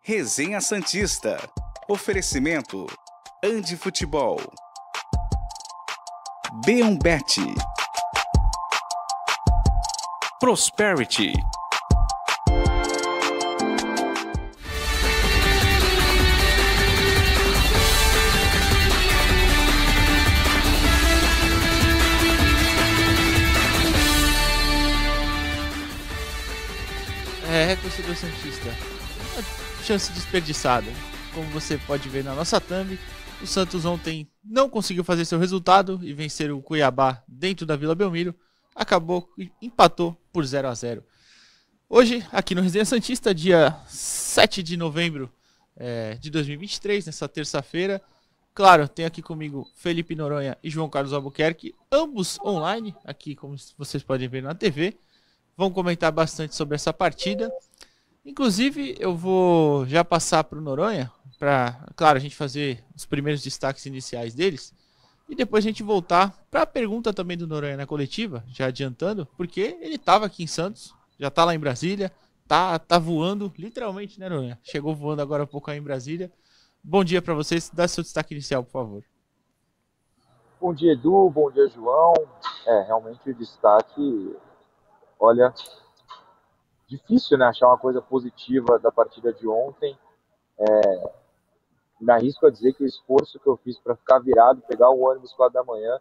Resenha Santista. Oferecimento Andi Futebol. B1Bet. Prosperity. Torcedor santista, uma chance desperdiçada. Como você pode ver na nossa thumb, o Santos ontem não conseguiu fazer seu resultado e vencer o Cuiabá dentro da Vila Belmiro. Acabou e empatou por 0-0. Hoje, aqui no Resenha Santista, dia 7 de novembro de 2023, nessa terça-feira. Claro, tem aqui comigo Felipe Noronha e João Carlos Albuquerque, ambos online, aqui como vocês podem ver na TV. Vão comentar bastante sobre essa partida. Inclusive, eu vou já passar para o Noronha, para, claro, a gente fazer os primeiros destaques iniciais deles. E depois a gente voltar para a pergunta também do Noronha na coletiva, já adiantando, porque ele estava aqui em Santos, já está lá em Brasília, tá voando, literalmente, né, Noronha? Chegou voando agora há pouco aí em Brasília. Bom dia para vocês, dá seu destaque inicial, por favor. Bom dia, Edu, bom dia, João. Realmente o destaque... Olha, difícil, né, achar uma coisa positiva da partida de ontem. Me arrisco a dizer que o esforço que eu fiz para ficar virado, pegar o ônibus 4 da manhã,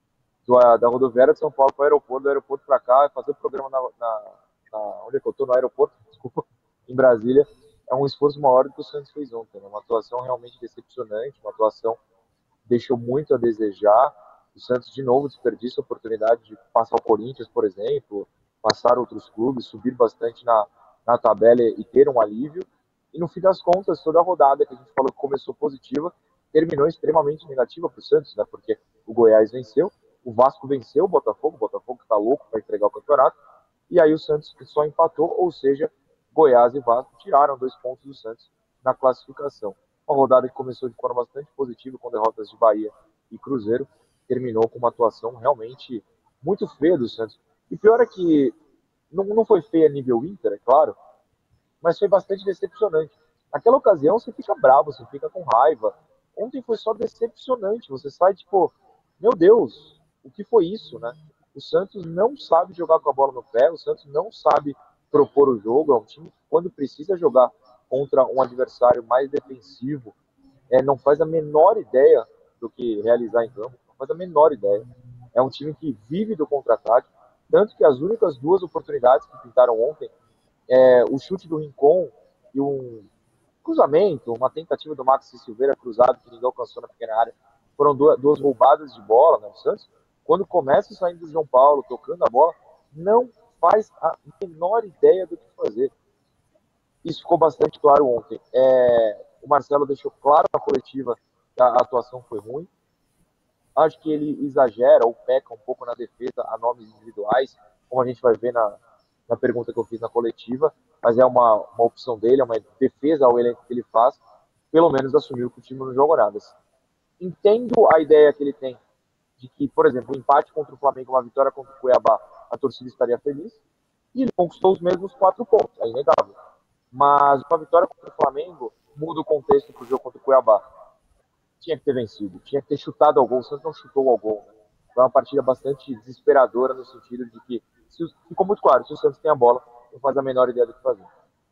da rodoviária de São Paulo para o aeroporto, do aeroporto para cá, fazer o programa onde é que eu estou? No aeroporto, desculpa, em Brasília, é um esforço maior do que o Santos fez ontem. Né? Uma atuação realmente decepcionante, uma atuação que deixou muito a desejar. O Santos, de novo, desperdiça a oportunidade de passar o Corinthians, por exemplo, passar outros clubes, subir bastante na tabela e ter um alívio. E no fim das contas, toda a rodada que a gente falou que começou positiva, terminou extremamente negativa para o Santos, né? Porque o Goiás venceu, o Vasco venceu o Botafogo que está louco para entregar o campeonato, e aí o Santos só empatou, ou seja, Goiás e Vasco tiraram 2 pontos do Santos na classificação. Uma rodada que começou de forma bastante positiva, com derrotas de Bahia e Cruzeiro, terminou com uma atuação realmente muito feia do Santos. E pior é que não foi feia nível Inter, é claro, mas foi bastante decepcionante. Naquela ocasião você fica bravo, você fica com raiva. Ontem foi só decepcionante, você sai tipo, meu Deus, o que foi isso, né? O Santos não sabe jogar com a bola no pé, o Santos não sabe propor o jogo, é um time que quando precisa jogar contra um adversário mais defensivo, não faz a menor ideia do que realizar em campo, não faz a menor ideia. É um time que vive do contra-ataque, tanto que as únicas 2 oportunidades que pintaram ontem, o chute do Rincon e um cruzamento, uma tentativa do Maxi Silveira cruzado que ninguém alcançou na pequena área, foram 2 roubadas de bola, né? O Santos, quando começa saindo do João Paulo, tocando a bola, não faz a menor ideia do que fazer. Isso ficou bastante claro ontem. O Marcelo deixou claro na coletiva que a atuação foi ruim. Acho que ele exagera ou peca um pouco na defesa a nomes individuais, como a gente vai ver na pergunta que eu fiz na coletiva, mas é uma opção dele, é uma defesa ao elenco que ele faz, pelo menos assumiu que o time não jogou nada. Entendo a ideia que ele tem de que, por exemplo, um empate contra o Flamengo, uma vitória contra o Cuiabá, a torcida estaria feliz, e ele conquistou os mesmos 4 pontos, é inegável. Mas uma vitória contra o Flamengo muda o contexto para o jogo contra o Cuiabá. Tinha que ter vencido, tinha que ter chutado ao gol, o Santos não chutou ao gol. Né? Foi uma partida bastante desesperadora no sentido de que, ficou muito claro, se o Santos tem a bola, não faz a menor ideia do que fazer.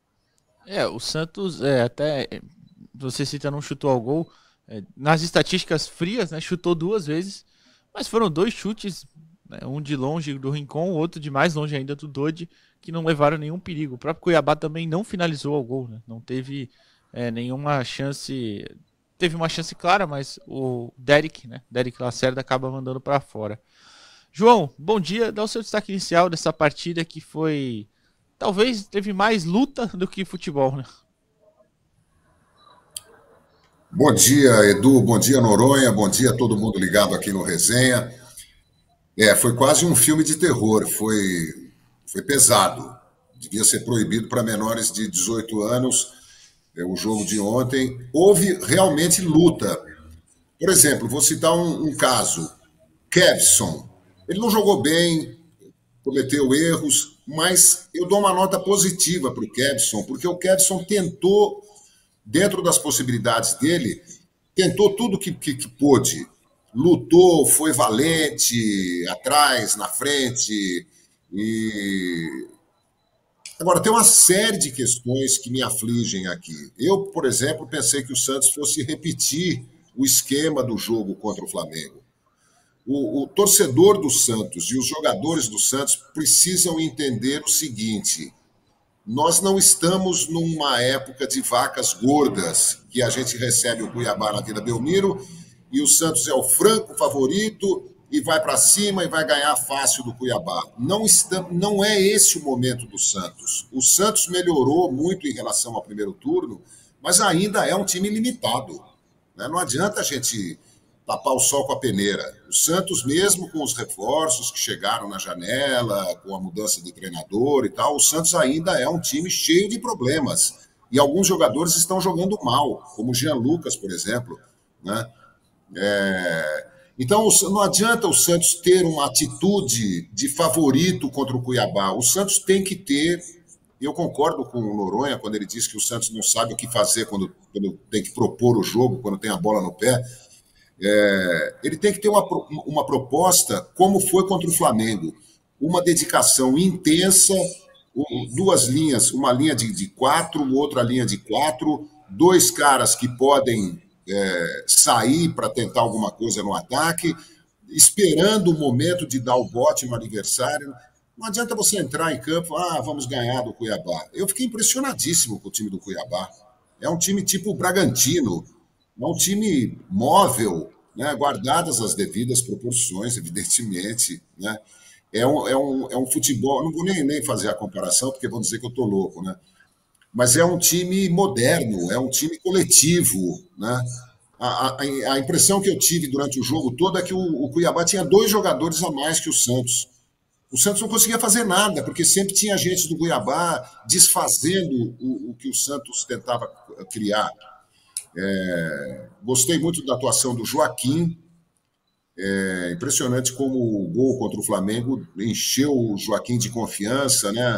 O Santos, até você cita, não chutou ao gol, nas estatísticas frias, né, chutou 2 vezes, mas foram 2 chutes, né, um de longe do Rincon, o outro de mais longe ainda do Dodi, que não levaram nenhum perigo. O próprio Cuiabá também não finalizou ao gol, né, não teve nenhuma chance. Teve uma chance clara, mas o Derek Lacerda acaba mandando para fora. João, bom dia. Dá o seu destaque inicial dessa partida que foi... Talvez teve mais luta do que futebol, né? Bom dia, Edu. Bom dia, Noronha. Bom dia a todo mundo ligado aqui no Resenha. Foi quase um filme de terror. Foi pesado. Devia ser proibido para menores de 18 anos. O jogo de ontem, houve realmente luta. Por exemplo, vou citar um caso. Kevson, ele não jogou bem, cometeu erros, mas eu dou uma nota positiva para o Kevson, porque o Kevson tentou dentro das possibilidades dele, tentou tudo que pôde. Lutou, foi valente, atrás, na frente. E agora, tem uma série de questões que me afligem aqui. Eu, por exemplo, pensei que o Santos fosse repetir o esquema do jogo contra o Flamengo. O torcedor do Santos e os jogadores do Santos precisam entender o seguinte: nós não estamos numa época de vacas gordas, que a gente recebe o Cuiabá na Vila Belmiro e o Santos é o franco favorito e vai para cima e vai ganhar fácil do Cuiabá. Não é esse o momento do Santos. O Santos melhorou muito em relação ao primeiro turno, mas ainda é um time limitado, né? Não adianta a gente tapar o sol com a peneira. O Santos, mesmo com os reforços que chegaram na janela, com a mudança de treinador e tal, o Santos ainda é um time cheio de problemas. E alguns jogadores estão jogando mal, como o Jean Lucas, por exemplo, né? Então, não adianta o Santos ter uma atitude de favorito contra o Cuiabá. O Santos tem que ter. Eu concordo com o Noronha quando ele diz que o Santos não sabe o que fazer quando tem que propor o jogo, quando tem a bola no pé. Ele tem que ter uma proposta como foi contra o Flamengo. Uma dedicação intensa, duas linhas, uma linha de 4, outra linha de 4, dois caras que podem sair para tentar alguma coisa no ataque, esperando o momento de dar o bote no adversário. Não adianta você entrar em campo, vamos ganhar do Cuiabá. Eu fiquei impressionadíssimo com o time do Cuiabá. É um time tipo o Bragantino, é um time móvel, né, guardadas as devidas proporções, evidentemente, né? É um futebol, não vou nem fazer a comparação, porque vão dizer que eu estou louco, né? Mas é um time moderno, é um time coletivo, né? A impressão que eu tive durante o jogo todo é que o Cuiabá tinha 2 jogadores a mais que o Santos. O Santos não conseguia fazer nada, porque sempre tinha gente do Cuiabá desfazendo o que o Santos tentava criar. Gostei muito da atuação do Joaquim. Impressionante como o gol contra o Flamengo encheu o Joaquim de confiança, né?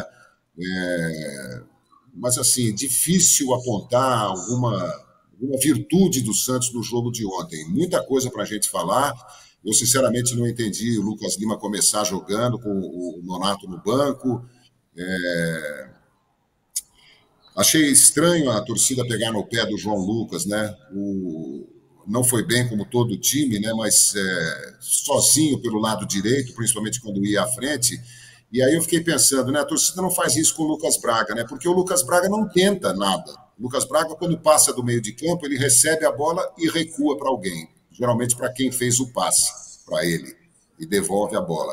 Mas, assim, difícil apontar alguma virtude do Santos no jogo de ontem. Muita coisa para a gente falar. Eu, sinceramente, não entendi o Lucas Lima começar jogando com o Nonato no banco. Achei estranho a torcida pegar no pé do João Lucas, né? Não foi bem como todo o time, né? Mas sozinho pelo lado direito, principalmente quando ia à frente. E aí eu fiquei pensando, né? A torcida não faz isso com o Lucas Braga, né? Porque o Lucas Braga não tenta nada. O Lucas Braga, quando passa do meio de campo, ele recebe a bola e recua para alguém. Geralmente para quem fez o passe para ele. E devolve a bola.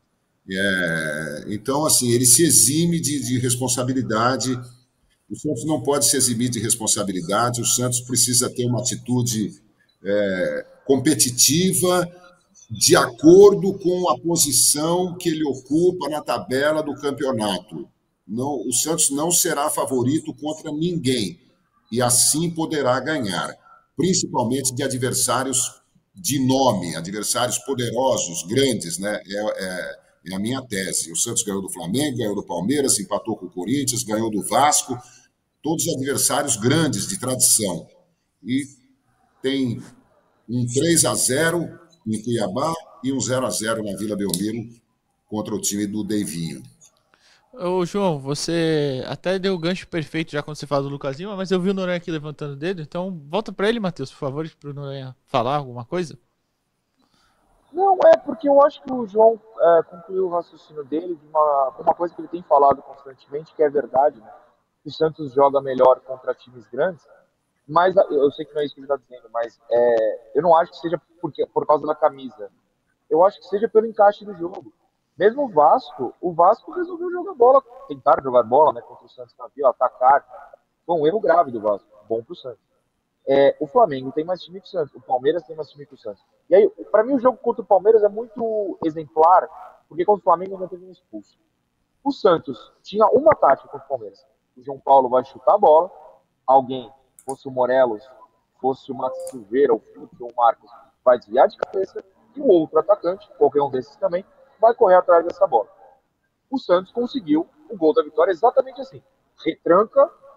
Então, assim, ele se exime de responsabilidade. O Santos não pode se eximir de responsabilidade. O Santos precisa ter uma atitude competitiva, de acordo com a posição que ele ocupa na tabela do campeonato. Não, o Santos não será favorito contra ninguém e assim poderá ganhar, principalmente de adversários de nome, adversários poderosos, grandes, né? É a minha tese. O Santos ganhou do Flamengo, ganhou do Palmeiras, empatou com o Corinthians, ganhou do Vasco, todos adversários grandes de tradição. E tem um 3-0 em Cuiabá e um 0-0 na Vila Belmiro contra o time do Deivinho. Ô, João, você até deu o gancho perfeito já quando você fala do Lucas Lima, mas eu vi o Noronha aqui levantando o dedo, então volta para ele, Matheus, por favor, para o Noronha falar alguma coisa. Não, porque eu acho que o João concluiu o raciocínio dele de uma coisa que ele tem falado constantemente, que é verdade, né? O Santos joga melhor contra times grandes, mas eu sei que não é isso que ele está dizendo, mas eu não acho que seja por causa da camisa. Eu acho que seja pelo encaixe do jogo. Mesmo o Vasco resolveu jogar bola, tentar jogar bola, né, contra o Santos na Vila, atacar. Foi um erro grave do Vasco, bom para o Santos. O Flamengo tem mais time que o Santos, o Palmeiras tem mais time que o Santos. E aí, para mim, o jogo contra o Palmeiras é muito exemplar, porque contra o Flamengo não teve um expulso. O Santos tinha uma tática contra o Palmeiras. O João Paulo vai chutar a bola, alguém, fosse o Morelos, fosse o Max Silveira, o Felipe ou o Marcos, vai desviar de cabeça, e o outro atacante, qualquer um desses também, vai correr atrás dessa bola. O Santos conseguiu o gol da vitória exatamente assim. Retranca,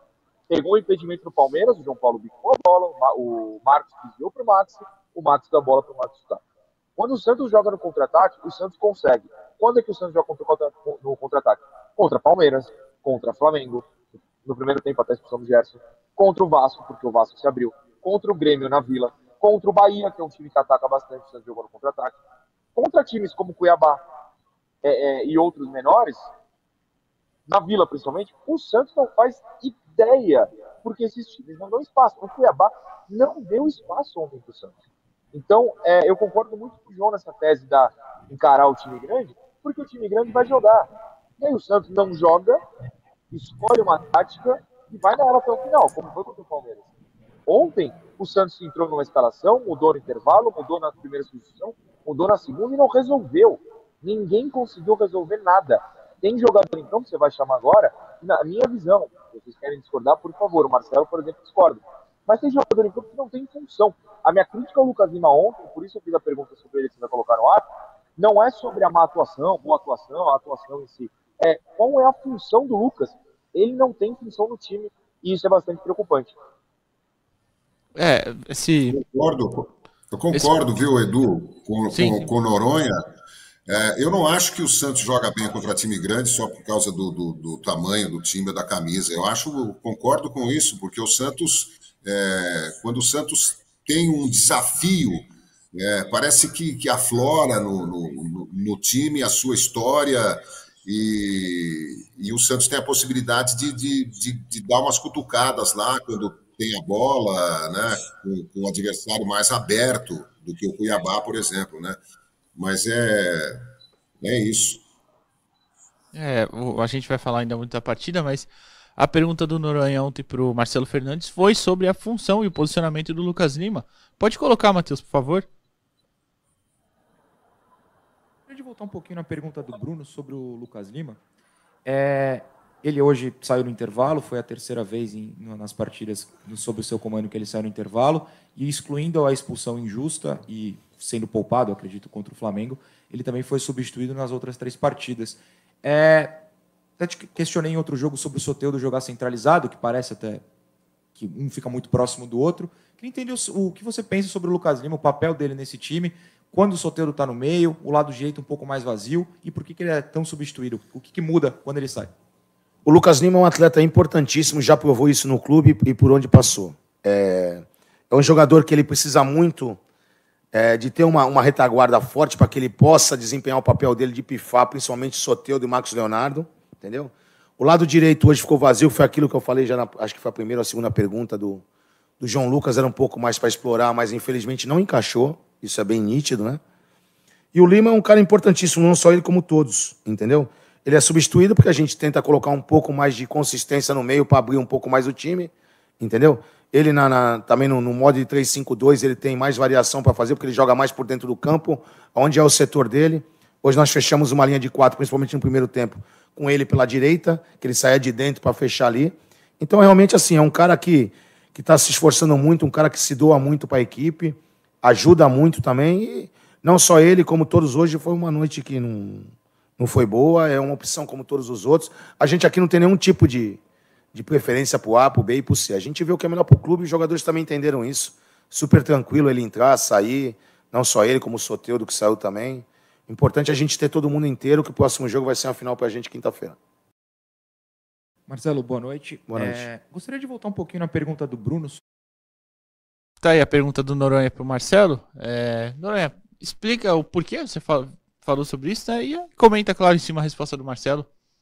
Pegou o impedimento do Palmeiras, o João Paulo bicou a bola, o Marcos desviou para o Max deu a bola para o Marcos chutar. Quando o Santos joga no contra-ataque, o Santos consegue. Quando é que o Santos joga no contra-ataque? Contra Palmeiras, contra Flamengo, no primeiro tempo até a expulsão do Gerson, contra o Vasco, porque o Vasco se abriu, contra o Grêmio na Vila, contra o Bahia, que é um time que ataca bastante, o Santos jogou no contra-ataque, contra times como Cuiabá e outros menores, na Vila principalmente, o Santos não faz ideia, porque esses times não dão espaço. O Cuiabá não deu espaço ontem para o Santos. Então, eu concordo muito com o João nessa tese da encarar o time grande, porque o time grande vai jogar. E aí o Santos não joga, escolhe uma tática e vai nela até o final, como foi contra o Palmeiras. Ontem, o Santos entrou numa escalação, mudou no intervalo, mudou na primeira substituição, mudou na segunda e não resolveu. Ninguém conseguiu resolver nada. Tem jogador em campo, você vai chamar agora, na minha visão, se vocês querem discordar, por favor, o Marcelo, por exemplo, discorda. Mas tem jogador em campo que não tem função. A minha crítica ao Lucas Lima ontem, por isso eu fiz a pergunta sobre ele que você vai colocar no ar, não é sobre a má atuação, boa atuação, a atuação em si. Qual é a função do Lucas? Ele não tem função no time e isso é bastante preocupante. Eu concordo, viu, Edu, com o Noronha. Eu não acho que o Santos joga bem contra time grande só por causa do tamanho do time, da camisa. Eu concordo com isso, porque o Santos, quando o Santos tem um desafio, parece que aflora no time a sua história e o Santos tem a possibilidade de dar umas cutucadas lá quando tem a bola, né, com o adversário mais aberto do que o Cuiabá, por exemplo, né? Mas é isso. A gente vai falar ainda muito da partida, mas a pergunta do Noronha ontem para o Marcelo Fernandes foi sobre a função e o posicionamento do Lucas Lima. Pode colocar, Matheus, por favor. Eu queria voltar um pouquinho na pergunta do Bruno sobre o Lucas Lima. Ele hoje saiu no intervalo, foi a terceira vez nas partidas sob o seu comando que ele saiu no intervalo, e excluindo a expulsão injusta e sendo poupado, acredito, contra o Flamengo, ele também foi substituído nas outras 3 partidas. Até te questionei em outro jogo sobre o Soteldo jogar centralizado, que parece até que um fica muito próximo do outro. Queria entender o que você pensa sobre o Lucas Lima, o papel dele nesse time, quando o Soteldo está no meio, o lado direito um pouco mais vazio, e por que ele é tão substituído? O que muda quando ele sai? O Lucas Lima é um atleta importantíssimo, já provou isso no clube e por onde passou. É um jogador que ele precisa muito de ter uma retaguarda forte para que ele possa desempenhar o papel dele de pifar, principalmente Soteldo e Marcos Leonardo, entendeu? O lado direito hoje ficou vazio, foi aquilo que eu falei já, acho que foi a primeira ou a segunda pergunta do João Lucas, era um pouco mais para explorar, mas infelizmente não encaixou, isso é bem nítido, né? E o Lima é um cara importantíssimo, não só ele como todos, entendeu? Ele é substituído porque a gente tenta colocar um pouco mais de consistência no meio para abrir um pouco mais o time, entendeu? Ele também no modo de 3-5-2 ele tem mais variação para fazer, porque ele joga mais por dentro do campo, onde é o setor dele. Hoje nós fechamos uma linha de 4, principalmente no primeiro tempo, com ele pela direita, que ele saia de dentro para fechar ali. Então, realmente, assim, é um cara que está se esforçando muito, um cara que se doa muito para a equipe, ajuda muito também, e não só ele, como todos hoje, foi uma noite que não foi boa, é uma opção como todos os outros. A gente aqui não tem nenhum tipo de preferência para o A, para o B e para o C. A gente vê o que é melhor para o clube e os jogadores também entenderam isso. Super tranquilo ele entrar, sair, não só ele, como o Soteldo, que saiu também. Importante a gente ter todo mundo inteiro, que o próximo jogo vai ser uma final para a gente quinta-feira. Marcelo, boa noite. Boa noite. Gostaria de voltar um pouquinho na pergunta do Bruno. Tá aí a pergunta do Noronha para o Marcelo. Noronha, explica o porquê você falou sobre isso, né? E comenta, claro, em cima a resposta do Marcelo.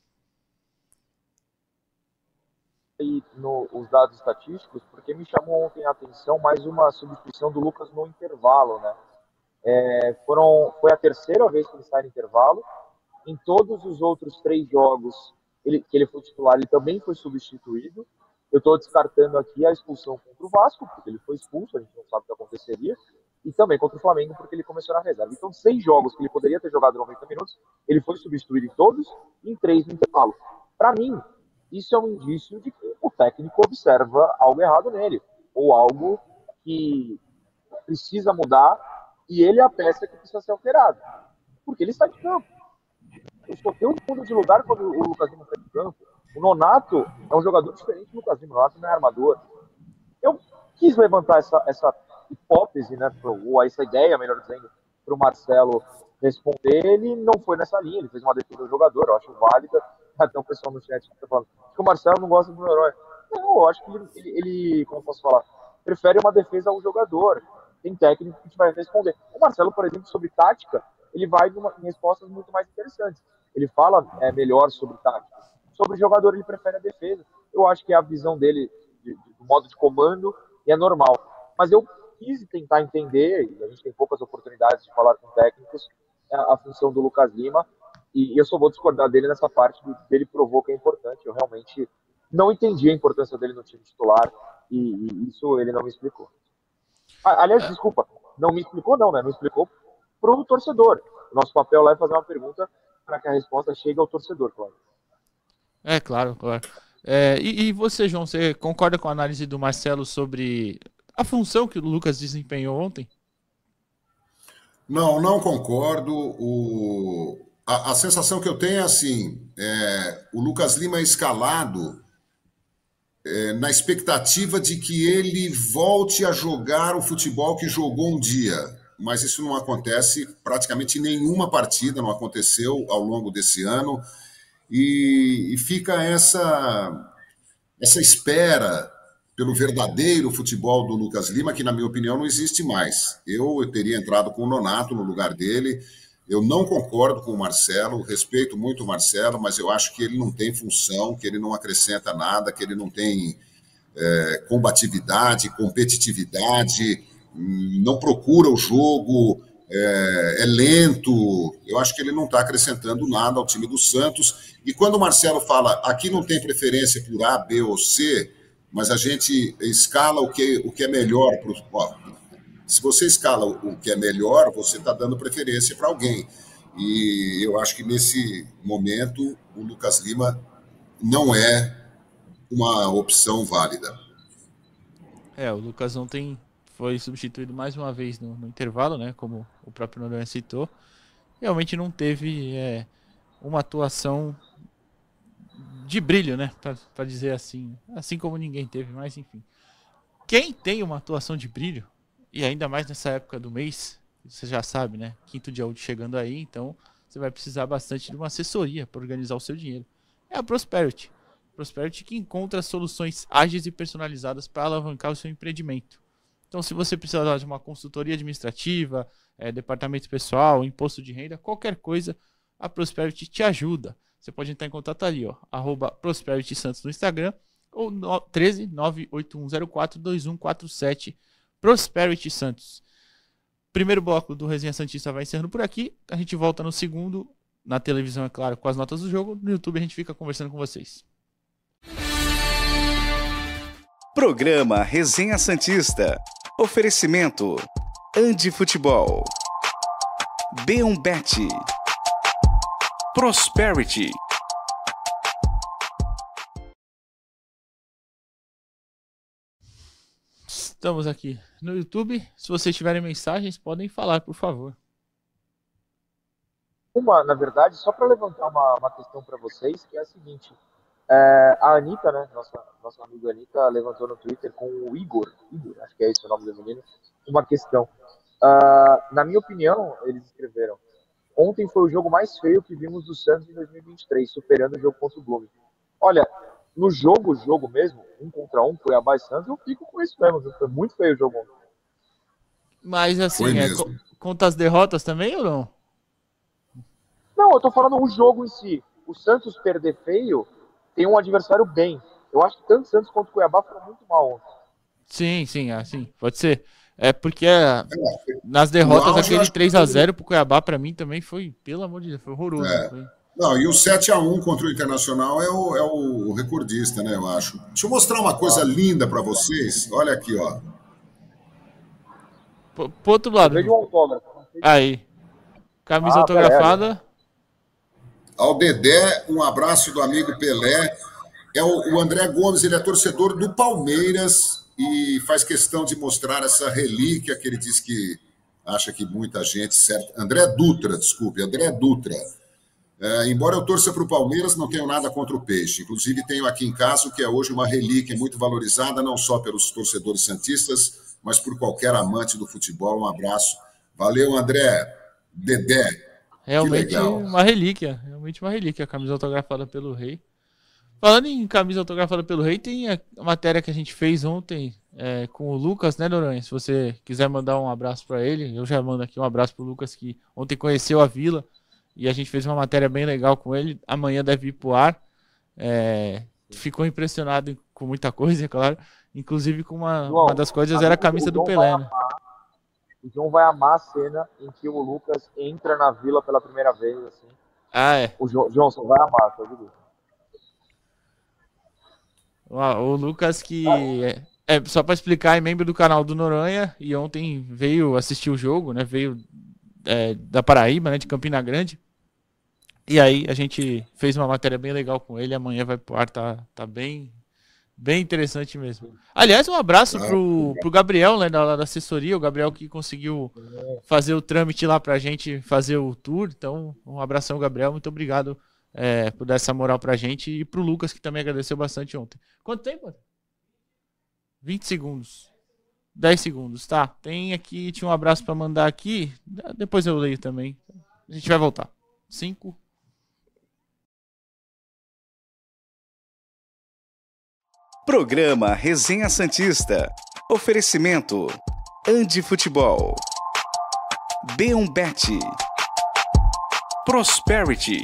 E os dados estatísticos, porque me chamou ontem a atenção mais uma substituição do Lucas no intervalo, né? Foi a terceira vez que ele sai no intervalo. Em todos os outros 3 jogos que ele foi titular, ele também foi substituído. Eu estou descartando aqui a expulsão contra o Vasco, porque ele foi expulso, a gente não sabe o que aconteceria, e também contra o Flamengo, porque ele começou na reserva. Então, 6 jogos que ele poderia ter jogado 90 minutos, ele foi substituído em todos, e em 3 no intervalo. Para mim, isso é um indício de que o técnico observa algo errado nele, ou algo que precisa mudar, e ele é a peça que precisa ser alterada, porque ele está de campo. O Soteldo muda de lugar quando o Lucas Lima está de campo, O Nonato é um jogador diferente do Lucas Lima. O Nonato não é armador. Eu quis levantar essa hipótese, né, ou essa ideia, melhor dizendo, para o Marcelo responder. Ele não foi nessa linha, ele fez uma defesa do jogador, eu acho válida. Até o pessoal no chat está falando que o Marcelo não gosta do herói. Não, eu acho que ele, como eu posso falar, prefere uma defesa ao jogador. Tem técnico que vai responder. O Marcelo, por exemplo, sobre tática, ele vai em respostas muito mais interessantes. Ele fala melhor sobre tática. Sobre o jogador, ele prefere a defesa. Eu acho que é a visão dele do modo de comando e é normal. Mas eu quis tentar entender, e a gente tem poucas oportunidades de falar com técnicos, a função do Lucas Lima, e eu só vou discordar dele nessa parte dele provou que é importante. Eu realmente não entendi a importância dele no time titular, e isso ele não me explicou. Aliás, desculpa, não me explicou não, né? Não explicou pro torcedor. O nosso papel lá é fazer uma pergunta para que a resposta chegue ao torcedor, claro. Claro. E você, João, você concorda com a análise do Marcelo sobre a função que o Lucas desempenhou ontem? Não concordo. A sensação que eu tenho é assim, o Lucas Lima é escalado na expectativa de que ele volte a jogar o futebol que jogou um dia. Mas isso não acontece praticamente em nenhuma partida, não aconteceu ao longo desse ano. E fica essa espera pelo verdadeiro futebol do Lucas Lima, que, na minha opinião, não existe mais. Eu teria entrado com o Nonato no lugar dele. Eu não concordo com o Marcelo, respeito muito o Marcelo, mas eu acho que ele não tem função, que ele não acrescenta nada, que ele não tem combatividade, competitividade, não procura o jogo, é lento. Eu acho que ele não está acrescentando nada ao time do Santos. E quando o Marcelo fala, aqui não tem preferência por A, B ou C, mas a gente escala o que é melhor. Se você escala o que é melhor, você está dando preferência para alguém. E eu acho que nesse momento o Lucas Lima não é uma opção válida. O Lucas ontem foi substituído mais uma vez no intervalo, né? Como o próprio Noronha citou. Realmente não teve uma atuação de brilho, né? Para dizer assim. Assim como ninguém teve, mas enfim. Quem tem uma atuação de brilho, e ainda mais nessa época do mês, você já sabe, né? Quinto dia útil chegando aí, então você vai precisar bastante de uma assessoria para organizar o seu dinheiro. É a Prosperity. Prosperity que encontra soluções ágeis e personalizadas para alavancar o seu empreendimento. Então, se você precisar de uma consultoria administrativa, departamento pessoal, imposto de renda, qualquer coisa, a Prosperity te ajuda. Você pode entrar em contato ali, @ProsperitySantos no Instagram ou 13 98104 2147 Prosperity Santos. Primeiro bloco do Resenha Santista vai encerrando por aqui. A gente volta no segundo, na televisão, é claro, com as notas do jogo. No YouTube a gente fica conversando com vocês. Programa Resenha Santista. Oferecimento Andi Futebol, B1Bet, Prosperity. Estamos aqui no YouTube. Se vocês tiverem mensagens, podem falar, por favor. Na verdade, só para levantar uma questão para vocês, que é a seguinte. A Anitta, né, nossa amiga Anitta, levantou no Twitter com o Igor, acho que é esse o nome do menino, uma questão. Na minha opinião, eles escreveram: ontem foi o jogo mais feio que vimos do Santos em 2023, superando o jogo contra o Globo. Olha, no jogo mesmo, 1 contra 1, Cuiabá e Santos, eu fico com isso mesmo, foi muito feio o jogo ontem. Mas assim, conta as derrotas também ou não? Não, eu tô falando o jogo em si. O Santos perder feio tem um adversário bem. Eu acho que tanto o Santos quanto o Cuiabá foram muito mal ontem. Sim, assim, pode ser. Porque nas derrotas aquele 3-0 pro Cuiabá, pra mim também foi, pelo amor de Deus, foi horroroso. Não, e o 7-1 contra o Internacional é o recordista, né, eu acho. Deixa eu mostrar uma coisa linda pra vocês. Olha aqui, ó. Pro outro lado. Eu vejo um autógrafo. Aí. Camisa autografada. Ao Dedé, um abraço do amigo Pelé. O André Gomes, ele é torcedor do Palmeiras e faz questão de mostrar essa relíquia que ele diz que acha que muita gente... André Dutra. Embora eu torça para o Palmeiras, não tenho nada contra o Peixe. Inclusive, tenho aqui em casa o que é hoje uma relíquia muito valorizada, não só pelos torcedores santistas, mas por qualquer amante do futebol. Um abraço. Valeu, André. Dedé. Realmente uma relíquia. Realmente uma relíquia, a camisa autografada pelo Rei. Falando em camisa autografada pelo Rei, tem a matéria que a gente fez ontem com o Lucas, né, Noronha? Se você quiser mandar um abraço para ele, eu já mando aqui um abraço pro Lucas, que ontem conheceu a Vila. E a gente fez uma matéria bem legal com ele. Amanhã deve ir pro ar. Ficou impressionado com muita coisa, é claro. Inclusive com uma das coisas era a camisa do Pelé, né? O João vai amar a cena em que o Lucas entra na Vila pela primeira vez, assim. O João só vai amar, tá ligado? O Lucas, que só para explicar, é membro do canal do Noronha e ontem veio assistir o jogo, né? Veio da Paraíba, né? De Campina Grande. E aí a gente fez uma matéria bem legal com ele. Amanhã vai pro ar, tá bem interessante mesmo. Aliás, um abraço pro Gabriel, né, da assessoria. O Gabriel que conseguiu fazer o trâmite lá pra gente fazer o tour. Então, um abração, Gabriel. Muito obrigado por dar essa moral pra gente. E pro Lucas, que também agradeceu bastante ontem. Quanto tempo? 20 segundos. 10 segundos, tá. Tinha um abraço pra mandar aqui. Depois eu leio também. A gente vai voltar. 5. Programa Resenha Santista. Oferecimento Andi Futebol, B1Bet, Prosperity.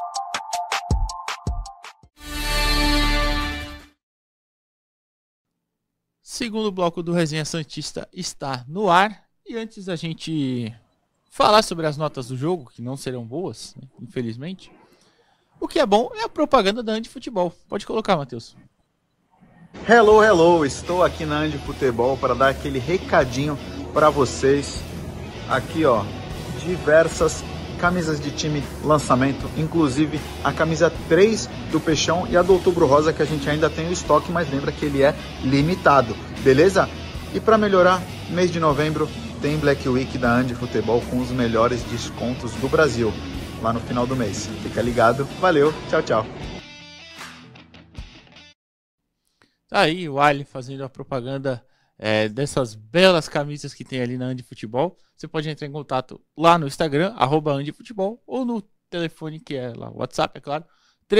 Segundo bloco do Resenha Santista está no ar. E antes da gente falar sobre as notas do jogo, que não serão boas, né, infelizmente, o que é bom é a propaganda da Andi Futebol. Pode colocar, Matheus. Hello, estou aqui na Andi Futebol para dar aquele recadinho para vocês. Aqui, ó, diversas camisas de time lançamento, inclusive a camisa 3 do Peixão e a do Outubro Rosa, que a gente ainda tem o estoque, mas lembra que ele é limitado, beleza? E para melhorar, mês de novembro tem Black Week da Andi Futebol com os melhores descontos do Brasil, lá no final do mês. Fica ligado, valeu, tchau. Tá aí o Ali fazendo a propaganda dessas belas camisas que tem ali na Andi Futebol. Você pode entrar em contato lá no Instagram, @AndiFutebol, ou no telefone que é lá, o WhatsApp, é claro,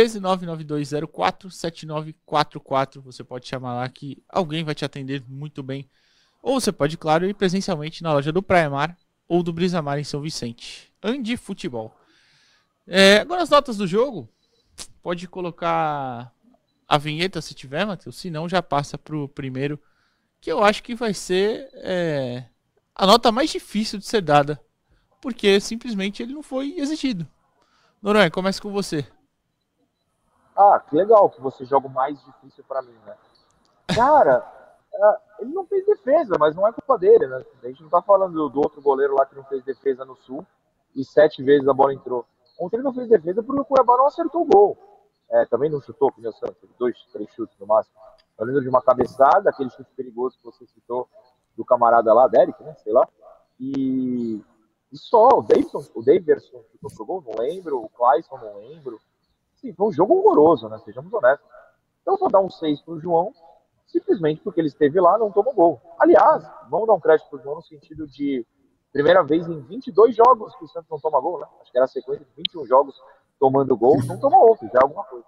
13992047944. Você pode chamar lá que alguém vai te atender muito bem. Ou você pode, claro, ir presencialmente na loja do Praia Mar ou do Brisa Mar em São Vicente. Andi Futebol. Agora as notas do jogo. Pode colocar a vinheta se tiver, Matheus. Se não, já passa pro primeiro, que eu acho que vai ser a nota mais difícil de ser dada, porque simplesmente ele não foi exigido. Noronha, começa com você. Que legal que você joga o mais difícil pra mim, né? Cara, ele não fez defesa, mas não é culpa dele, né? A gente não tá falando do outro goleiro lá que não fez defesa no Sul e 7 vezes a bola entrou. Ontem ele não fez defesa porque o Cuiabá não acertou o gol. Também não chutou, como o Santos, 2, 3 chutes no máximo. Eu lembro de uma cabeçada, aquele chute perigoso que você citou do camarada lá, Derek, né? Sei lá. E só, o Daverson chutou pro gol, não lembro. O Clayson, não lembro. Sim, foi um jogo horroroso, né? Sejamos honestos. Então eu vou dar um 6 pro João, simplesmente porque ele esteve lá, não tomou gol. Aliás, vamos dar um crédito pro João no sentido de primeira vez em 22 jogos que o Santos não toma gol, né? Acho que era a sequência de 21 jogos tomando gol, não toma outro, já é alguma coisa.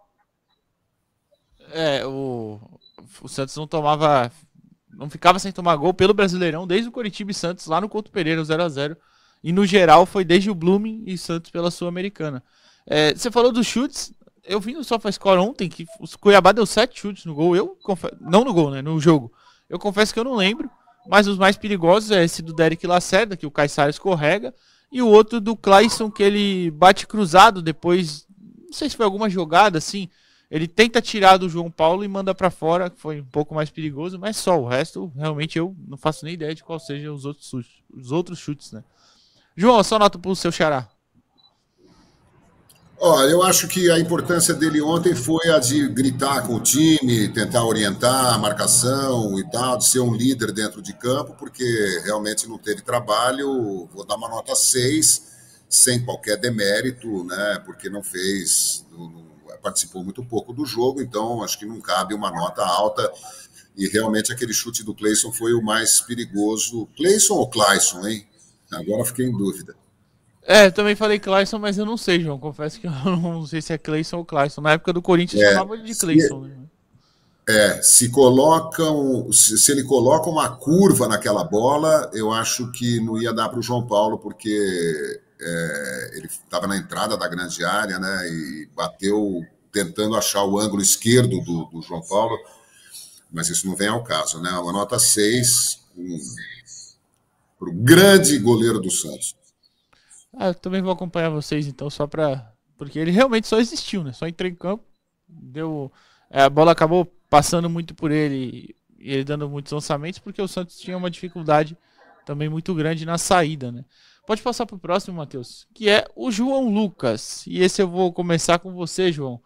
O Santos não ficava sem tomar gol pelo Brasileirão desde o Coritiba e Santos lá no Couto Pereira, 0x0. E no geral foi desde o Blooming e Santos pela Sul-Americana. Você falou dos chutes. Eu vi no SofaScore ontem que o Cuiabá deu 7 chutes no gol. Não no gol, né? No jogo. Eu confesso que eu não lembro, mas os mais perigosos é esse do Derek Lacerda, que o Caissara escorrega, e o outro do Clayson, que ele bate cruzado depois, não sei se foi alguma jogada assim, ele tenta tirar do João Paulo e manda pra fora, que foi um pouco mais perigoso, mas só o resto, realmente eu não faço nem ideia de qual sejam os outros chutes, né? João, só nota pro seu xará. Olha, eu acho que a importância dele ontem foi a de gritar com o time, tentar orientar a marcação e tal, de ser um líder dentro de campo, porque realmente não teve trabalho. Vou dar uma nota 6, sem qualquer demérito, né, porque não fez, participou muito pouco do jogo, então acho que não cabe uma nota alta, e realmente aquele chute do Cleison foi o mais perigoso. Cleison ou Clayson, hein? Agora fiquei em dúvida. Também falei Clayson, mas eu não sei, João. Confesso que eu não sei se é Clayson ou Clayson. Na época do Corinthians chamava ele de Clayson. Né? Se ele coloca uma curva naquela bola, eu acho que não ia dar para o João Paulo, porque ele estava na entrada da grande área, né? E bateu tentando achar o ângulo esquerdo do João Paulo, mas isso não vem ao caso, né? Uma nota 6 para o grande goleiro do Santos. Eu também vou acompanhar vocês, então, porque ele realmente só existiu, né? Só entrou em campo, a bola acabou passando muito por ele e ele dando muitos lançamentos, porque o Santos tinha uma dificuldade também muito grande na saída, né? Pode passar para o próximo, Matheus, que é o João Lucas. E esse eu vou começar com você, João.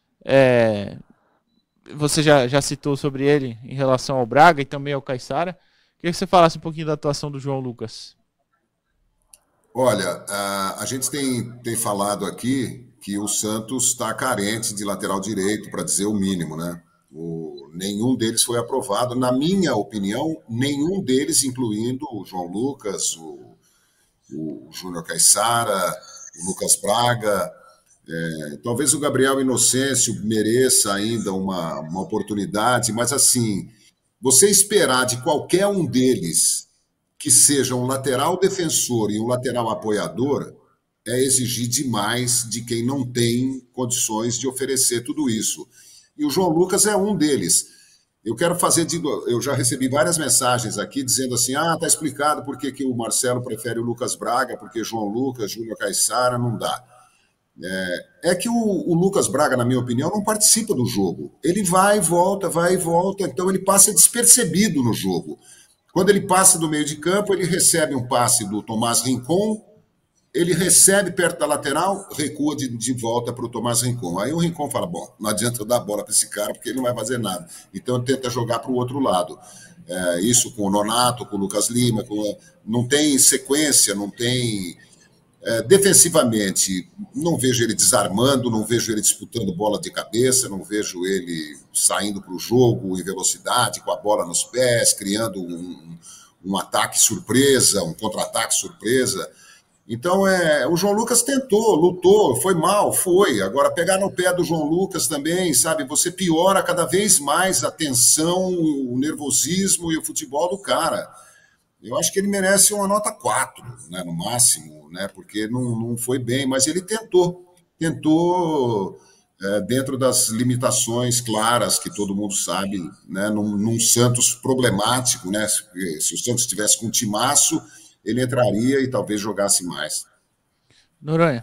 Você já citou sobre ele em relação ao Braga e também ao Caixara. Queria que você falasse um pouquinho da atuação do João Lucas. Olha, a gente tem falado aqui que o Santos está carente de lateral direito, para dizer o mínimo, né? Nenhum deles foi aprovado. Na minha opinião, nenhum deles, incluindo o João Lucas, o Júnior Caixara, o Lucas Braga. Talvez o Gabriel Inocêncio mereça ainda uma oportunidade, mas assim, você esperar de qualquer um deles que seja um lateral defensor e um lateral apoiador é exigir demais de quem não tem condições de oferecer tudo isso. E o João Lucas é um deles. Eu já recebi várias mensagens aqui dizendo assim, tá explicado por que o Marcelo prefere o Lucas Braga, porque João Lucas, Júnior Caixara, não dá. É que o Lucas Braga, na minha opinião, não participa do jogo. Ele vai e volta, então ele passa despercebido no jogo. Quando ele passa do meio de campo, ele recebe um passe do Tomás Rincon, ele recebe perto da lateral, recua de volta para o Tomás Rincon. Aí o Rincon fala, bom, não adianta eu dar a bola para esse cara, porque ele não vai fazer nada. Então ele tenta jogar para o outro lado. Isso com o Nonato, com o Lucas Lima, não tem sequência, não tem... defensivamente, não vejo ele desarmando, não vejo ele disputando bola de cabeça, não vejo ele saindo para o jogo em velocidade, com a bola nos pés, criando um ataque surpresa, um contra-ataque surpresa. Então, o João Lucas tentou, lutou, foi mal, foi. Agora, pegar no pé do João Lucas também, sabe? Você piora cada vez mais a tensão, o nervosismo e o futebol do cara. Eu acho que ele merece uma nota 4, né, no máximo, né, porque não foi bem, mas ele tentou dentro das limitações claras que todo mundo sabe, né, num Santos problemático, né, se o Santos estivesse com um timaço, ele entraria e talvez jogasse mais. Noronha.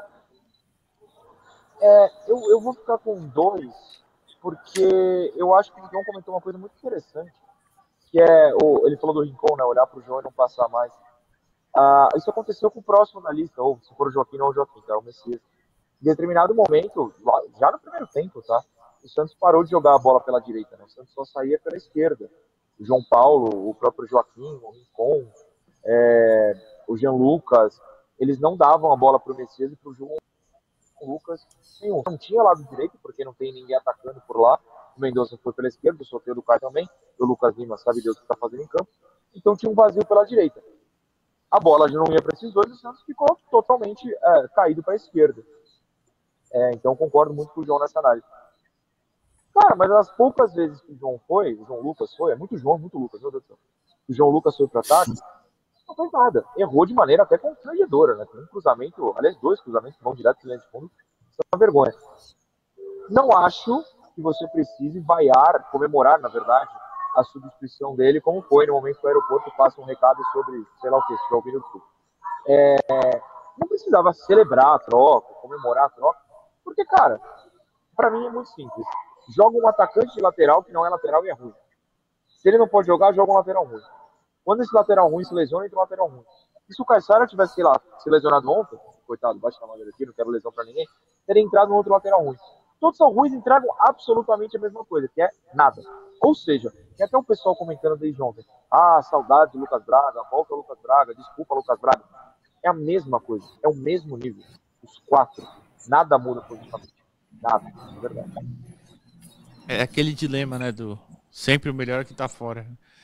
Eu vou ficar com 2, porque eu acho que o João comentou uma coisa muito interessante, que ele falou do Rincon, né, olhar para o João e não passar mais. Isso aconteceu com o próximo na lista, ou se for o Joaquim, não o Joaquim, que é o Messias. Em determinado momento, já no primeiro tempo, tá? O Santos parou de jogar a bola pela direita, né? O Santos só saía pela esquerda. O João Paulo, o próprio Joaquim, o Rincon, o Jean Lucas, eles não davam a bola para o Messias e para o João Lucas nenhum. Não tinha lado direito, porque não tem ninguém atacando por lá. O Mendonça foi pela esquerda, o sorteio do Caio também. O Lucas Lima sabe Deus o que está fazendo em campo. Então tinha um vazio pela direita. A bola já não ia para esses dois, o Santos ficou totalmente caído para a esquerda. Então concordo muito com o João nessa análise. Cara, mas as poucas vezes que o João Lucas foi, é muito João, muito Lucas, meu Deus do céu. O João Lucas foi para ataque, não fez nada. Errou de maneira até constrangedora, né? Tem um cruzamento, aliás, 2 cruzamentos que vão direto para o de fundo, isso é uma vergonha. Não acho que você precise comemorar, na verdade, a substituição dele, como foi no momento que o aeroporto passa um recado sobre, sei lá o que, se ouvindo o clube. Não precisava celebrar a troca, comemorar a troca, porque, cara, pra mim é muito simples. Joga um atacante de lateral que não é lateral e é ruim. Se ele não pode jogar, joga um lateral ruim. Quando esse lateral ruim se lesiona, entra um lateral ruim. E se o Caixara tivesse, sei lá, se lesionado ontem, coitado, baixa na madeira aqui, não quero lesão pra ninguém, teria entrado no outro lateral ruim. Todos são ruins e entregam absolutamente a mesma coisa, que é nada. Ou seja, tem até um pessoal comentando desde ontem, saudade do Lucas Braga, volta Lucas Braga, desculpa Lucas Braga. é a mesma coisa, é o mesmo nível. Os 4, nada muda positivamente. Nada, é verdade. É aquele dilema, né, do sempre o melhor que tá fora.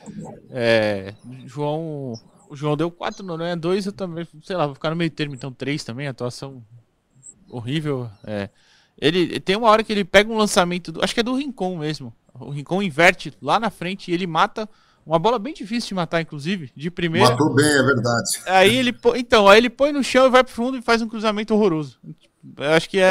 O João deu 4, não é 2, eu também, sei lá, vou ficar no meio termo, então 3 também, atuação horrível. Ele tem uma hora que ele pega um lançamento, acho que é do Rincon mesmo. O Rincon inverte lá na frente e ele mata uma bola bem difícil de matar, inclusive, de primeira. Matou bem, é verdade. Aí ele põe no chão e vai pro fundo e faz um cruzamento horroroso. Eu acho que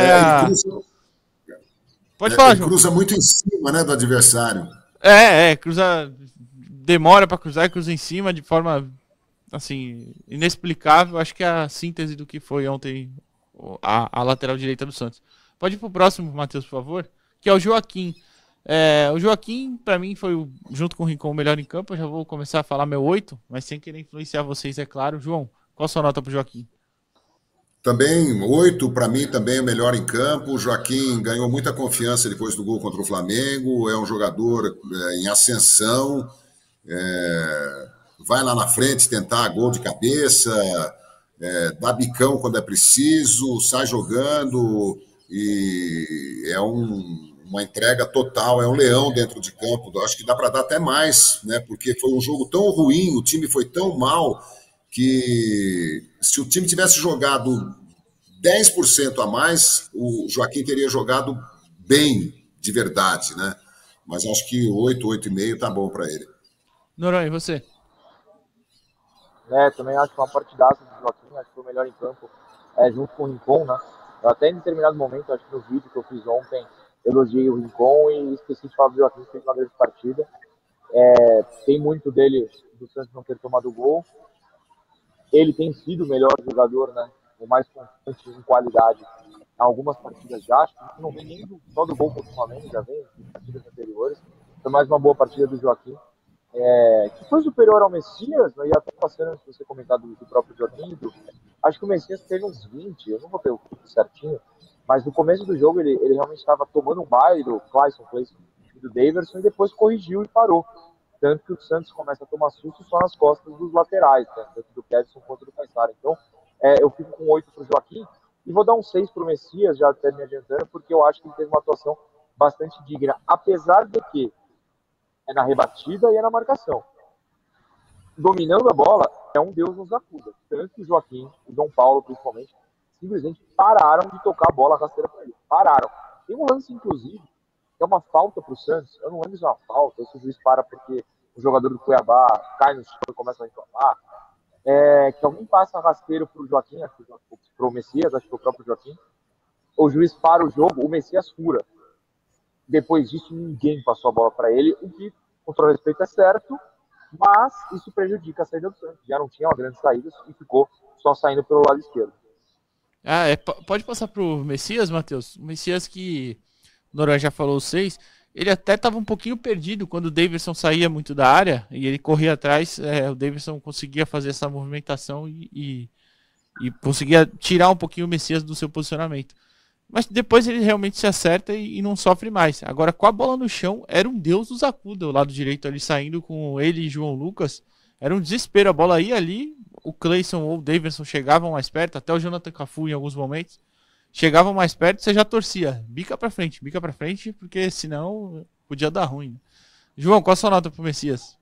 Pode falar, João. Cruza muito em cima, né, do adversário. Cruza, demora pra cruzar e cruza em cima de forma, assim, inexplicável. Acho que é a síntese do que foi ontem a lateral direita do Santos. Pode ir pro próximo, Matheus, por favor, que é o Joaquim. O Joaquim, pra mim, foi, junto com o Rincon, o melhor em campo. Eu já vou começar a falar meu 8, mas sem querer influenciar vocês, é claro. João, qual a sua nota pro Joaquim? Também 8, para mim, também é o melhor em campo. O Joaquim ganhou muita confiança depois do gol contra o Flamengo. É um jogador em ascensão. Vai lá na frente tentar gol de cabeça, dá bicão quando é preciso, sai jogando e é uma entrega total, é um leão dentro de campo. Acho que dá para dar até mais, né? Porque foi um jogo tão ruim, o time foi tão mal que se o time tivesse jogado 10% a mais, o Joaquim teria jogado bem, de verdade, né? Mas acho que 8, 8,5 tá bom para ele. Noronha, e você? Também acho que uma partidaça do Joaquim, acho que foi o melhor em campo, junto com o Rincon, né? Eu até em determinado momento, acho que no vídeo que eu fiz ontem, elogiei o Rincon e esqueci de falar do Joaquim, que fez uma grande partida. Tem muito dele, do Santos não ter tomado gol. Ele tem sido o melhor jogador, né? O mais constante em qualidade em algumas partidas já. Acho que não vem nem só do gol contra o Flamengo, já vem em partidas anteriores. Foi mais uma boa partida do Joaquim. Que foi superior ao Messias, né? E até passando antes de você comentar do próprio Joaquim, acho que o Messias teve uns 20, eu não vou ter o certinho, mas no começo do jogo ele realmente estava tomando um baile do Clayson e do Daverson e depois corrigiu e parou. Tanto que o Santos começa a tomar susto só nas costas dos laterais, né? Tanto do Kevson quanto do Caissara. Então, eu fico com 8 para o Joaquim e vou dar um 6 para o Messias, já até me adiantando, porque eu acho que ele teve uma atuação bastante digna, apesar de que é na rebatida e é na marcação. Dominando a bola, é um Deus nos acuda. Tanto que o Joaquim, o João Paulo principalmente, simplesmente pararam de tocar a bola rasteira para ele. Pararam. Tem um lance, inclusive, que é uma falta para o Santos. Eu não lembro se é uma falta, ou se o juiz para porque o jogador do Cuiabá cai no chão e começa a reclamar. Que alguém passa rasteiro para o Joaquim, acho que para o Messias, acho que foi o próprio Joaquim. O juiz para o jogo, o Messias fura. Depois disso, ninguém passou a bola para ele, o que, com todo respeito, é certo, mas isso prejudica a saída do Santos. Já não tinha uma grande saída e ficou só saindo pelo lado esquerdo. Pode passar pro Messias, Matheus? O Messias que o Noronha já falou 6, ele até estava um pouquinho perdido quando o Daverson saía muito da área e ele corria atrás, o Daverson conseguia fazer essa movimentação e conseguia tirar um pouquinho o Messias do seu posicionamento. Mas depois ele realmente se acerta e não sofre mais. Agora, com a bola no chão, era um Deus nos acuda. O lado direito ali saindo com ele e João Lucas. Era um desespero. A bola ia ali, o Clayson ou o Daverson chegavam mais perto, até o Jonathan Cafu em alguns momentos. Chegavam mais perto, você já torcia. Bica pra frente, porque senão podia dar ruim. João, qual a sua nota pro Messias?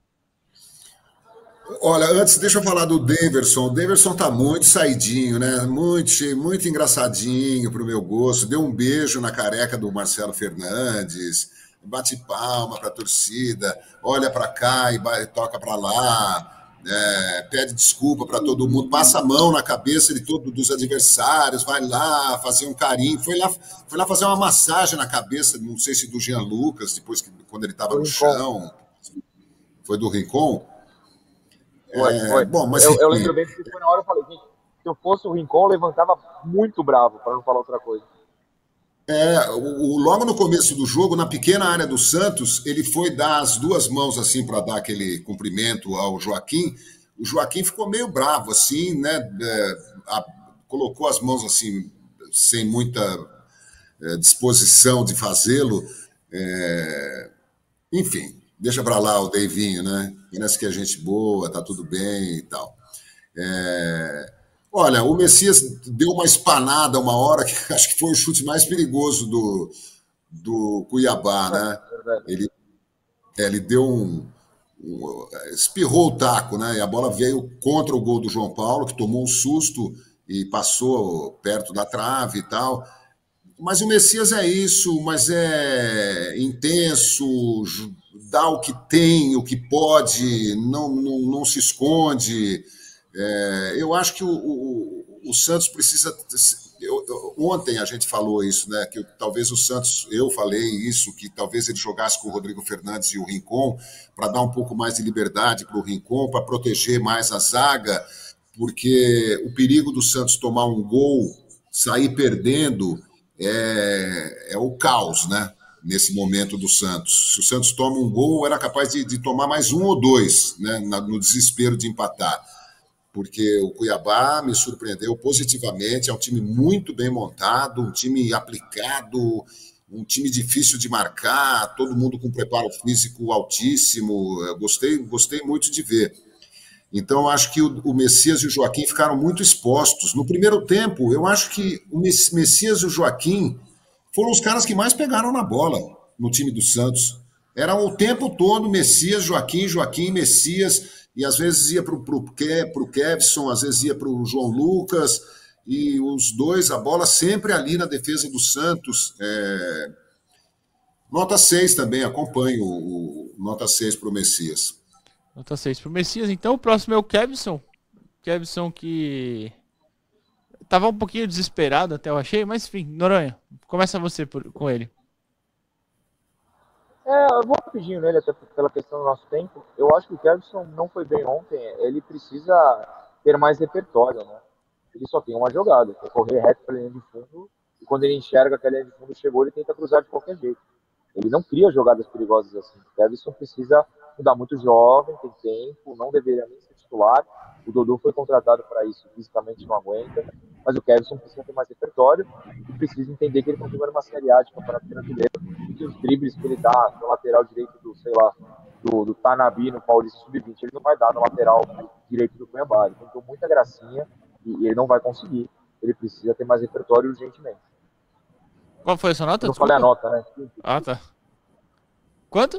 Olha, antes deixa eu falar do Daverson. O Daverson tá muito saidinho, né? Muito cheio, muito engraçadinho pro meu gosto. Deu um beijo na careca do Marcelo Fernandes, bate palma pra torcida, olha pra cá e toca pra lá, pede desculpa pra todo mundo, passa a mão na cabeça de todos dos adversários, vai lá fazer um carinho, foi lá fazer uma massagem na cabeça, não sei se do Jean Lucas, depois quando ele tava no chão. Foi do Rincon? Foi. Bom, mas eu lembro bem porque foi na hora que eu falei, gente, se eu fosse o Rincon, eu levantava muito bravo, para não falar outra coisa. Logo no começo do jogo, na pequena área do Santos, ele foi dar as duas mãos assim para dar aquele cumprimento ao Joaquim. O Joaquim ficou meio bravo, assim, né? Colocou as mãos assim, sem muita disposição de fazê-lo. Enfim. Deixa pra lá o Deivinho, né? Parece que é gente boa, tá tudo bem e tal. Olha, o Messias deu uma espanada uma hora, que acho que foi o chute mais perigoso do Cuiabá, né? Ele deu espirrou o taco, né? E a bola veio contra o gol do João Paulo, que tomou um susto e passou perto da trave e tal. Mas o Messias é isso, mas é intenso, dá o que tem, o que pode, não se esconde. Eu acho que o Santos precisa... Ontem a gente falou isso, né? Que talvez o Santos, eu falei isso, que talvez ele jogasse com o Rodrigo Fernandes e o Rincon para dar um pouco mais de liberdade para o Rincon, para proteger mais a zaga, porque o perigo do Santos tomar um gol, sair perdendo, é o caos, né? Nesse momento do Santos. Se o Santos toma um gol, era capaz de tomar mais um ou dois, né? No desespero de empatar. Porque o Cuiabá me surpreendeu positivamente, é um time muito bem montado, um time aplicado, um time difícil de marcar, todo mundo com preparo físico altíssimo. Eu gostei muito de ver. Então, eu acho que o Messias e o Joaquim ficaram muito expostos. No primeiro tempo, eu acho que o Messias e o Joaquim foram os caras que mais pegaram na bola no time do Santos. Era o tempo todo Messias, Joaquim, Messias, e às vezes ia para o Kevson, às vezes ia para o João Lucas, e os dois, a bola sempre ali na defesa do Santos. Nota 6 também, acompanho nota 6 para o Messias. Nota 6 pro Messias. Então o próximo é o Kevson. Kevson que tava um pouquinho desesperado até eu achei, mas enfim, Noronha, começa você com ele. Eu vou rapidinho nele, até pela questão do nosso tempo. Eu acho que o Kevson não foi bem ontem. Ele precisa ter mais repertório, né? Ele só tem uma jogada, que é correr reto pela linha de fundo, e quando ele enxerga que a linha de fundo chegou, ele tenta cruzar de qualquer jeito. Ele não cria jogadas perigosas assim. O Kevson precisa mudar, muito jovem, tem tempo, não deveria nem ser titular. O Dodô foi contratado para isso, fisicamente não aguenta. Mas o Kevson precisa ter mais repertório e precisa entender que ele está jogando uma Série A de Campeonato Brasileiro e que os dribles que ele dá no lateral direito do Tanabi no Paulista Sub-20, ele não vai dar no lateral direito do Cuiabá. Ele tentou muita gracinha e ele não vai conseguir. Ele precisa ter mais repertório urgentemente. Qual foi a sua nota? Eu não falei a nota, né? 5. Ah, tá. Quanto?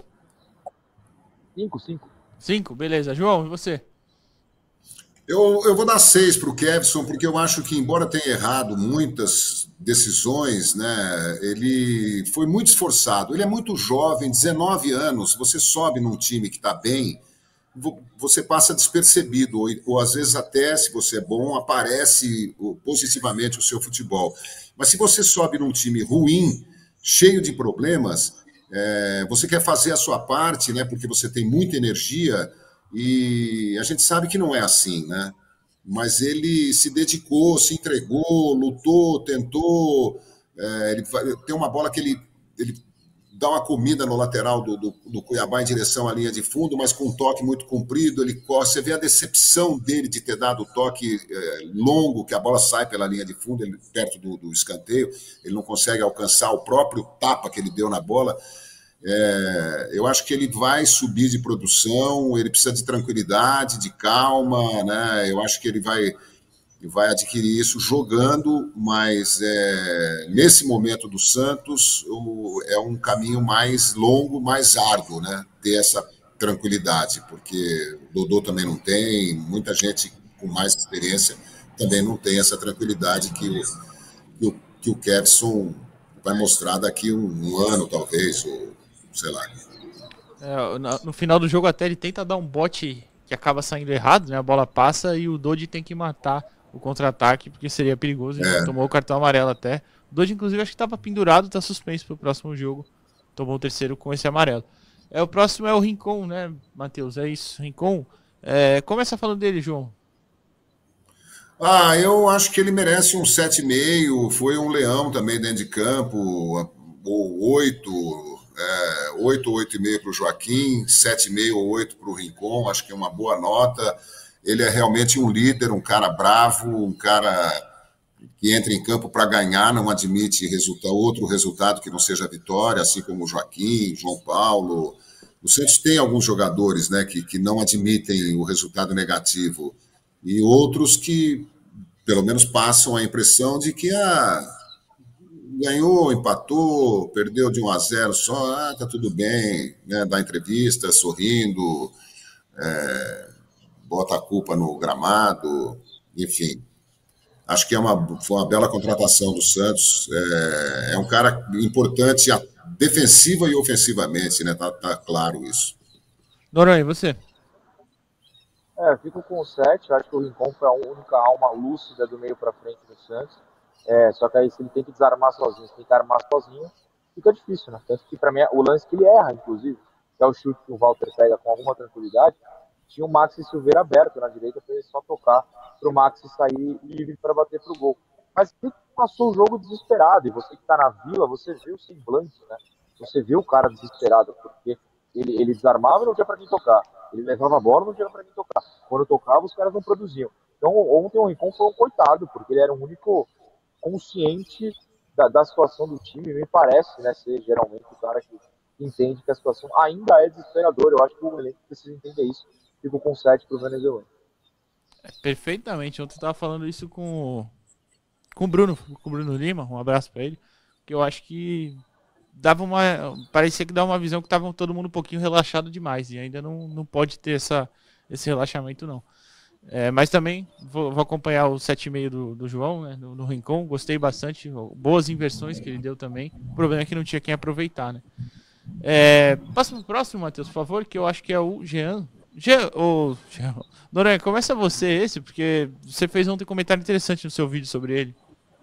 5. 5, beleza. João, e você? Eu vou dar 6 para o Kevson, porque eu acho que, embora tenha errado muitas decisões, né, ele foi muito esforçado. Ele é muito jovem, 19 anos. Você sobe num time que está bem, você passa despercebido, ou às vezes até, se você é bom, aparece positivamente o seu futebol. Mas se você sobe num time ruim, cheio de problemas, você quer fazer a sua parte, né, porque você tem muita energia, e a gente sabe que não é assim, né? Mas ele se dedicou, se entregou, lutou, tentou. Ele tem uma bola que ele dá uma comida no lateral do Cuiabá em direção à linha de fundo, mas com um toque muito comprido, ele corre. Você vê a decepção dele de ter dado o toque longo, que a bola sai pela linha de fundo, ele, perto do escanteio, ele não consegue alcançar o próprio tapa que ele deu na bola. Eu acho que ele vai subir de produção, ele precisa de tranquilidade, de calma, né? Eu acho que ele vai adquirir isso jogando, mas nesse momento do Santos é um caminho mais longo, mais árduo, né? Ter essa tranquilidade, porque o Dodô também não tem, muita gente com mais experiência também não tem essa tranquilidade que o Kevson vai mostrar daqui um ano, talvez, ou sei lá. No final do jogo até ele tenta dar um bote que acaba saindo errado, né? A bola passa e o Dodô tem que matar o contra-ataque, porque seria perigoso. Ele tomou o cartão amarelo até. O Dodô, inclusive, acho que estava pendurado, está suspenso para o próximo jogo. Tomou o terceiro com esse amarelo. O próximo é o Rincon, né, Matheus? É isso, Rincon. Começa falando dele, João. Eu acho que ele merece um 7,5. Foi um leão também dentro de campo, ou 8... 8 ou 8,5 para o Joaquim, 7,5 ou 8 para o Rincon, acho que é uma boa nota. Ele é realmente um líder, um cara bravo, um cara que entra em campo para ganhar, não admite outro resultado que não seja a vitória, assim como o Joaquim, João Paulo. O Santos tem alguns jogadores, né, que não admitem o resultado negativo, e outros que pelo menos passam a impressão de que ganhou, empatou, perdeu de 1-0 só, tá tudo bem, né? Dá entrevista, sorrindo, bota a culpa no gramado, enfim. Acho que foi uma bela contratação do Santos. É um cara importante defensiva e ofensivamente, né? Tá claro isso. Noronha, e você? Eu fico com o 7. Acho que o Rincon foi a única alma lúcida do meio para frente do Santos. Só que aí, se ele tem que desarmar sozinho, se tem que armar sozinho, fica difícil, né? Tanto que, para mim, o lance que ele erra, inclusive, que é o chute que o Walter pega com alguma tranquilidade, tinha o Maxi Silveira aberto na direita para ele só tocar para o Maxi sair livre para bater para o gol. Mas ele passou o jogo desesperado, e você que está na Vila, você vê o semblante, né? Você vê o cara desesperado, porque ele desarmava e não tinha para quem tocar. Ele levava a bola e não tinha para quem tocar. Quando tocava, os caras não produziam. Então, ontem o Rincon foi um coitado, porque ele era o único consciente da situação do time, me parece, né, ser geralmente o cara que entende que a situação ainda é desesperadora. Eu acho que o elenco precisa entender isso. Fico com 7 pro venezuelano. Perfeitamente. Ontem eu tava falando isso com o Bruno Lima, um abraço pra ele, que eu acho que parecia que dava uma visão que tava todo mundo um pouquinho relaxado demais, e ainda não pode ter esse relaxamento não. Mas também vou acompanhar o 7,5 do João, né, no Rincon, gostei bastante, boas inversões que ele deu também, o problema é que não tinha quem aproveitar, né. Passa pro próximo, Matheus, por favor, que eu acho que é o Jean. Noronha, começa você porque você fez ontem um comentário interessante no seu vídeo sobre ele.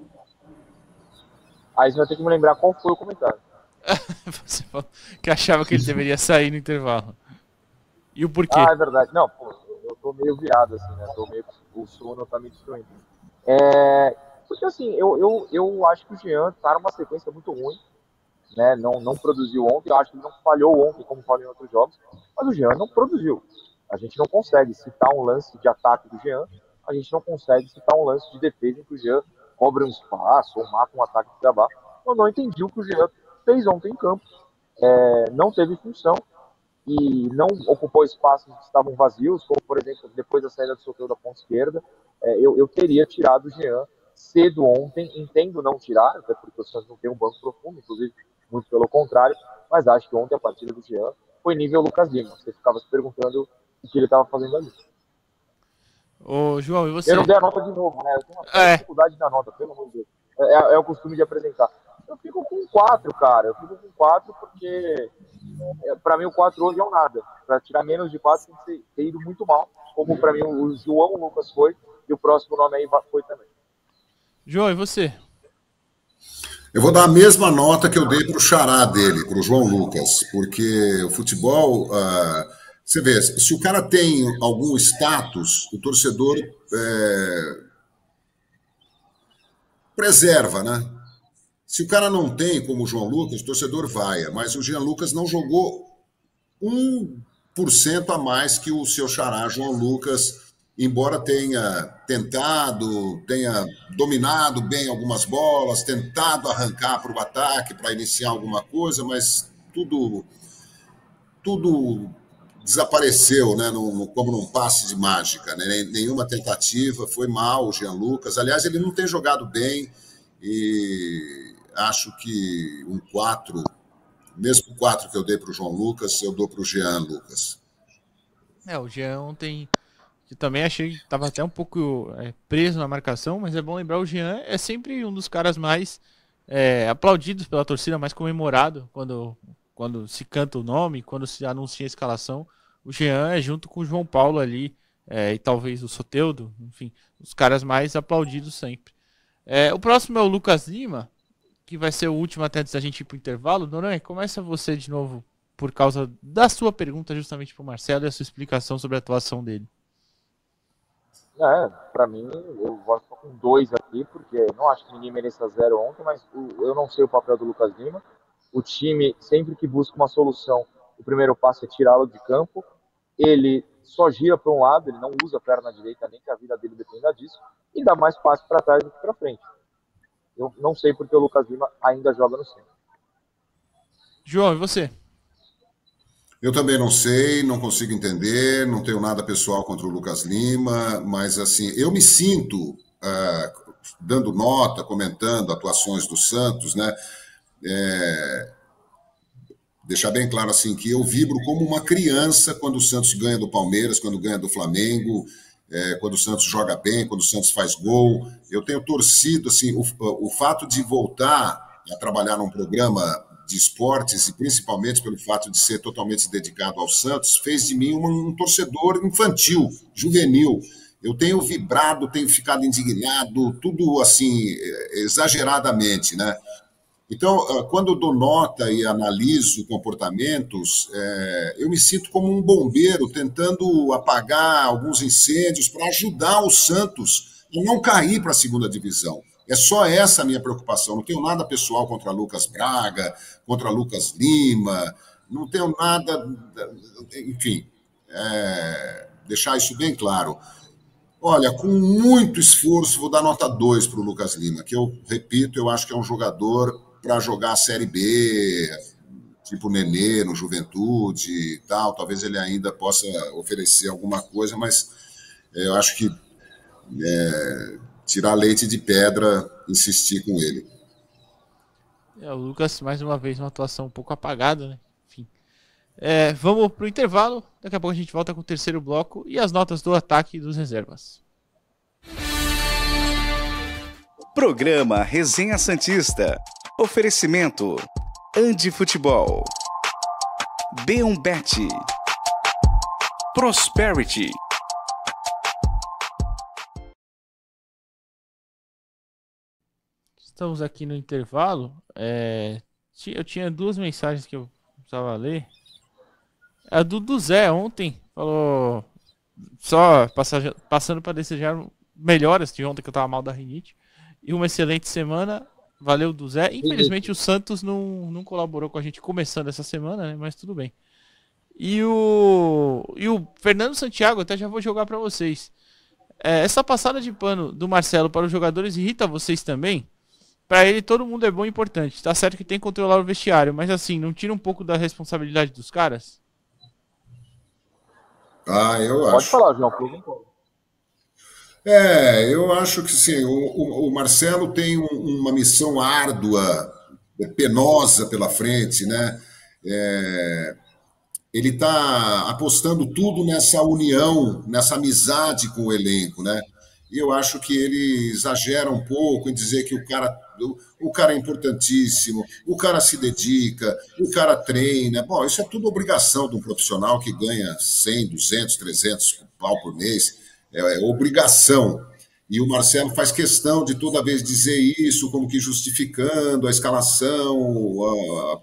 Aí você vai ter que me lembrar qual foi o comentário. Você falou que achava que ele deveria sair no intervalo. E o porquê? É verdade. Não, pô, eu tô meio virado, assim, né? O sono tá me destruindo. Porque, assim, eu acho que o Jean tá numa sequência muito ruim, né? Não produziu ontem. Eu acho que ele não falhou ontem, como falhou em outros jogos. Mas o Jean não produziu. A gente não consegue citar um lance de ataque do Jean. A gente não consegue citar um lance de defesa em que o Jean cobre um espaço ou mata um ataque de Cuiabá. Eu não entendi o que o Jean fez ontem em campo. Não teve função e não ocupou espaços que estavam vazios, como, por exemplo, depois da saída do sorteio da ponta esquerda. Eu teria tirado o Jean cedo ontem. Entendo não tirar, até porque o Santos não tem um banco profundo, inclusive, muito pelo contrário, mas acho que ontem a partida do Jean foi nível Lucas Lima. Você ficava se perguntando o que ele estava fazendo ali. Ô, João, e você? Eu não dei a nota de novo, né? Eu tenho uma dificuldade da nota, pelo amor de Deus. É o costume de apresentar. Eu fico com 4, cara. Eu fico com 4 porque, pra mim, o 4 hoje é um nada. Pra tirar menos de 4 tem que ter ido muito mal. Como pra mim o João Lucas foi, e o próximo nome aí foi também. João, e você? Eu vou dar a mesma nota que eu dei pro xará dele, pro João Lucas, porque o futebol... Você vê, se o cara tem algum status, o torcedor preserva, né? Se o cara não tem, como o João Lucas, o torcedor vaia. Mas o Jean Lucas não jogou 1% a mais que o seu xará, João Lucas, embora tenha tentado, tenha dominado bem algumas bolas, tentado arrancar para o ataque, para iniciar alguma coisa, mas tudo desapareceu, né, como num passe de mágica, né? Nenhuma tentativa, foi mal o Jean Lucas. Aliás, ele não tem jogado bem e acho que um 4, mesmo 4 que eu dei para o João Lucas, eu dou para o Jean Lucas. O Jean ontem, que também achei que estava até um pouco preso na marcação, mas é bom lembrar, o Jean é sempre um dos caras mais aplaudidos pela torcida, mais comemorado quando se canta o nome, quando se anuncia a escalação. O Jean é junto com o João Paulo ali, e talvez o Soteldo, enfim, os caras mais aplaudidos sempre. O próximo é o Lucas Lima, que vai ser o último até antes da gente ir pro intervalo. Noronha, começa você de novo por causa da sua pergunta justamente pro Marcelo e a sua explicação sobre a atuação dele. Pra mim, eu vou ficar com 2 aqui, porque não acho que ninguém mereça 0 ontem, mas eu não sei o papel do Lucas Lima. O time, sempre que busca uma solução, o primeiro passo é tirá-lo de campo. Ele só gira para um lado, ele não usa a perna direita, nem que a vida dele dependa disso, e dá mais passe para trás do que para frente. Eu não sei porque o Lucas Lima ainda joga no centro. João, e você? Eu também não sei, não consigo entender, não tenho nada pessoal contra o Lucas Lima, mas assim, eu me sinto dando nota, comentando atuações do Santos, né? Deixar bem claro assim que eu vibro como uma criança quando o Santos ganha do Palmeiras, quando ganha do Flamengo, quando o Santos joga bem, quando o Santos faz gol. Eu tenho torcido, assim, o fato de voltar a trabalhar num programa de esportes, e principalmente pelo fato de ser totalmente dedicado ao Santos, fez de mim um torcedor infantil, juvenil. Eu tenho vibrado, tenho ficado indignado, tudo assim, exageradamente, né? Então, quando eu dou nota e analiso comportamentos, eu me sinto como um bombeiro tentando apagar alguns incêndios para ajudar o Santos a não cair para a segunda divisão. É só essa a minha preocupação. Não tenho nada pessoal contra Lucas Braga, contra Lucas Lima, não tenho nada... Enfim, deixar isso bem claro. Olha, com muito esforço, vou dar nota 2 para o Lucas Lima, que eu repito, eu acho que é um jogador para jogar a Série B, tipo Nenê, no Juventude e tal. Talvez ele ainda possa oferecer alguma coisa, mas eu acho que tirar leite de pedra, insistir com ele. O Lucas, mais uma vez, uma atuação um pouco apagada, né? Enfim. Vamos pro intervalo. Daqui a pouco a gente volta com o terceiro bloco e as notas do ataque e dos reservas. Programa Resenha Santista. Oferecimento Andi Futebol, B1Bet, Prosperity. Estamos aqui no intervalo. Eu tinha duas mensagens que eu precisava ler. A do Zé ontem falou, só passando para desejar melhoras de ontem, que eu estava mal da rinite, e uma excelente semana. Valeu do Zé. Infelizmente o Santos não colaborou com a gente começando essa semana, né? Mas tudo bem. E o Fernando Santiago, até já vou jogar para vocês. Essa passada de pano do Marcelo para os jogadores irrita vocês também? Para ele todo mundo é bom e importante. Tá certo que tem que controlar o vestiário, mas assim, não tira um pouco da responsabilidade dos caras? Eu acho. Pode falar, João, por favor. Eu acho que sim. O Marcelo tem uma missão árdua, penosa pela frente, né? Ele está apostando tudo nessa união, nessa amizade com o elenco, né? E eu acho que ele exagera um pouco em dizer que o cara é importantíssimo, o cara se dedica, o cara treina. Bom, isso é tudo obrigação de um profissional que ganha 100, 200, 300 pau por mês. É obrigação. E o Marcelo faz questão de toda vez dizer isso, como que justificando a escalação.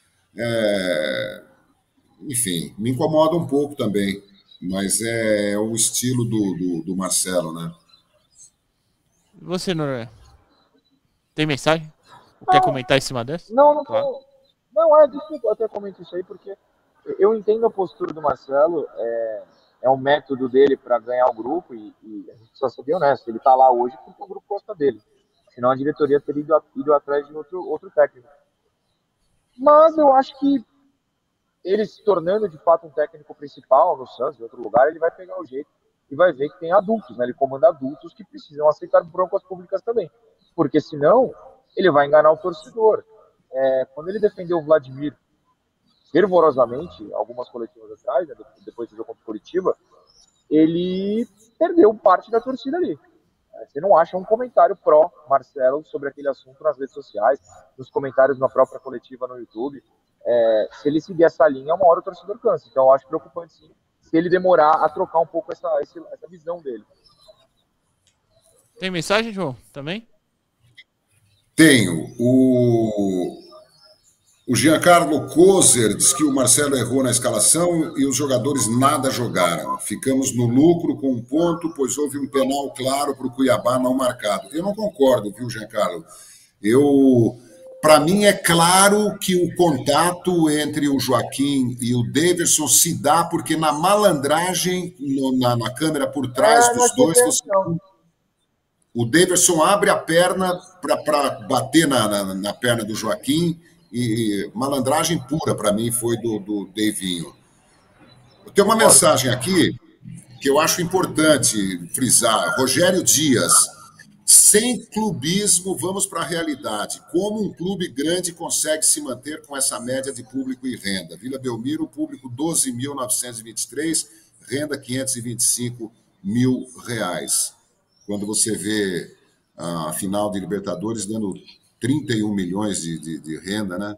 Enfim, me incomoda um pouco também. Mas é o estilo do Marcelo, né? Você, Noronha, tem mensagem? Quer comentar em cima dessa? Não, Claro. Desculpa, eu até comento isso aí, porque eu entendo a postura do Marcelo, é um método dele para ganhar o grupo, e a gente precisa ser honesto, ele está lá hoje porque o grupo gosta dele, senão a diretoria teria ido atrás de outro técnico. Mas eu acho que ele se tornando de fato um técnico principal no Santos, em outro lugar, ele vai pegar o jeito e vai ver que tem adultos, né? Ele comanda adultos que precisam aceitar broncas públicas também, porque senão ele vai enganar o torcedor. Quando ele defendeu o Vladimir fervorosamente, algumas coletivas atrás, né, depois do jogo contra o Curitiba, ele perdeu parte da torcida ali. Você não acha um comentário pró-Marcelo sobre aquele assunto nas redes sociais, nos comentários na própria coletiva no YouTube. Se ele seguir essa linha, uma hora o torcedor cansa. Então eu acho preocupante, sim, se ele demorar a trocar um pouco essa visão dele. Tem mensagem, João? Também? Tenho. O Giancarlo Kozer diz que o Marcelo errou na escalação e os jogadores nada jogaram. Ficamos no lucro com 1 ponto, pois houve um penal claro para o Cuiabá não marcado. Eu não concordo, viu, Giancarlo? Para mim é claro que o contato entre o Joaquim e o Daverson se dá porque na malandragem, na câmera por trás dos dois, o Daverson abre a perna para bater na perna do Joaquim, e malandragem pura para mim foi do Davinho. Tem uma mensagem aqui que eu acho importante frisar. Rogério Dias. sem clubismo, vamos para a realidade. Como um clube grande consegue se manter com essa média de público e renda? Vila Belmiro, público 12.923, renda R$ 525.000. Quando você vê a final de Libertadores dando 31 milhões de renda, né?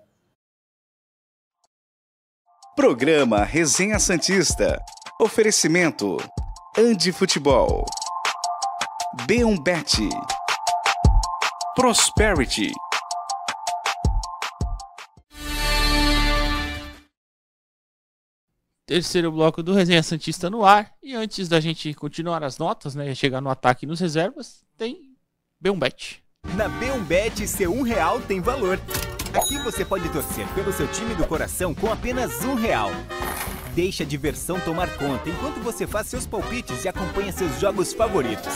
Programa Resenha Santista. Oferecimento Andi Futebol, B1Bet, Prosperity. Terceiro bloco do Resenha Santista no ar. E antes da gente continuar as notas, né, chegar no ataque e nos reservas, tem B1Bet. Na B1Bet, seu R$1 tem valor. Aqui você pode torcer pelo seu time do coração com apenas R$1. Deixe a diversão tomar conta enquanto você faz seus palpites e acompanha seus jogos favoritos.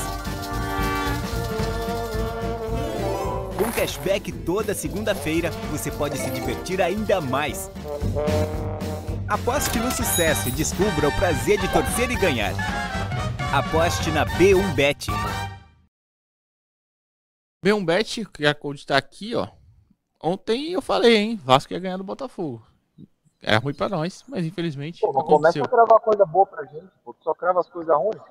Com cashback toda segunda-feira, você pode se divertir ainda mais. Aposte no sucesso e descubra o prazer de torcer e ganhar. Aposte na B1Bet. B1Bet, que a Code tá aqui, ó. Ontem eu falei, hein? Vasco ia ganhar do Botafogo. Era ruim pra nós, mas infelizmente Pô, não aconteceu. começa a gravar coisa boa pra gente, pô. Tu só crava as coisas ruins.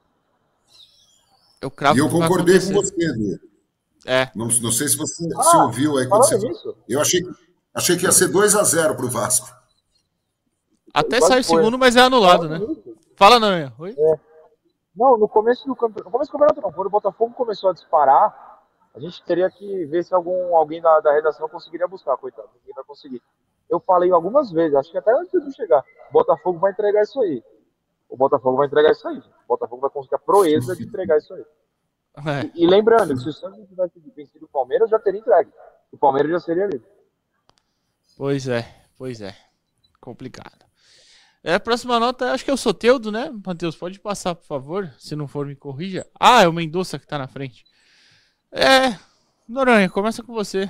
Eu cravo E eu que vai concordei com acontecer. você, Edu. É, Não sei se você se ouviu aí quando falando você... nisso? Eu achei que ia ser 2-0 para o Vasco. até Quase sai o foi. segundo, mas é anulado, né? Falando nisso, Fala, Noronha. Oi? Não, no começo do campeonato não. Quando o Botafogo começou a disparar, a gente teria que ver se alguém da redação conseguiria buscar, coitado. Ninguém vai conseguir. Eu falei algumas vezes, acho que até antes de chegar, o Botafogo vai entregar isso aí. O Botafogo vai entregar isso aí. O Botafogo vai conseguir a proeza de entregar isso aí. É, E lembrando, que se o Santos não tivesse vencido o Palmeiras, já teria entregue. O Palmeiras já seria líder. pois é. Complicado. A próxima nota, acho que é o Soteldo, né? Matheus, pode passar, por favor, se não for, me corrija. Ah, é o Mendonça que tá na frente. Noronha, começa com você.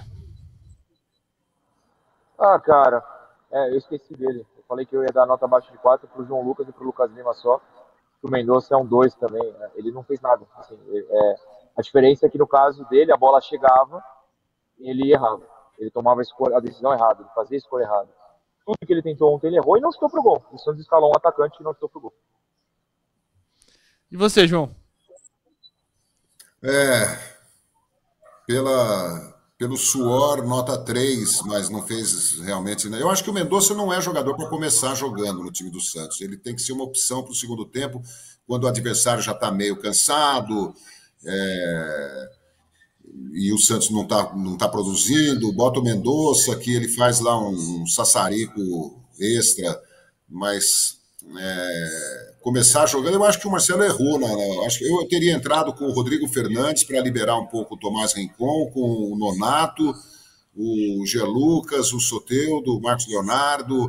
Ah, cara, eu esqueci dele. Eu falei que eu ia dar nota abaixo de 4 pro João Lucas e pro Lucas Lima só. O Mendonça é um 2 também, né? Ele não fez nada. Assim, a diferença é que no caso dele, a bola chegava e ele errava. Ele tomava a decisão errada, ele fazia a escolha errada. Tudo que ele tentou ontem, ele errou e não chutou pro gol. O Santos escalou um atacante e não chutou pro gol. E você, João? Pelo suor, nota 3, mas não fez realmente... Eu acho que o Mendonça não é jogador para começar jogando no time do Santos. Ele tem que ser uma opção para o segundo tempo, quando o adversário já está meio cansado, e o Santos não tá produzindo. Bota o Mendonça, que ele faz lá um sassarico extra, mas... começar jogando, eu acho que o Marcelo errou. Acho que eu teria entrado com o Rodrigo Fernandes para liberar um pouco o Tomás Rincon, com o Nonato, o G. Lucas, o Soteldo, o Marcos Leonardo.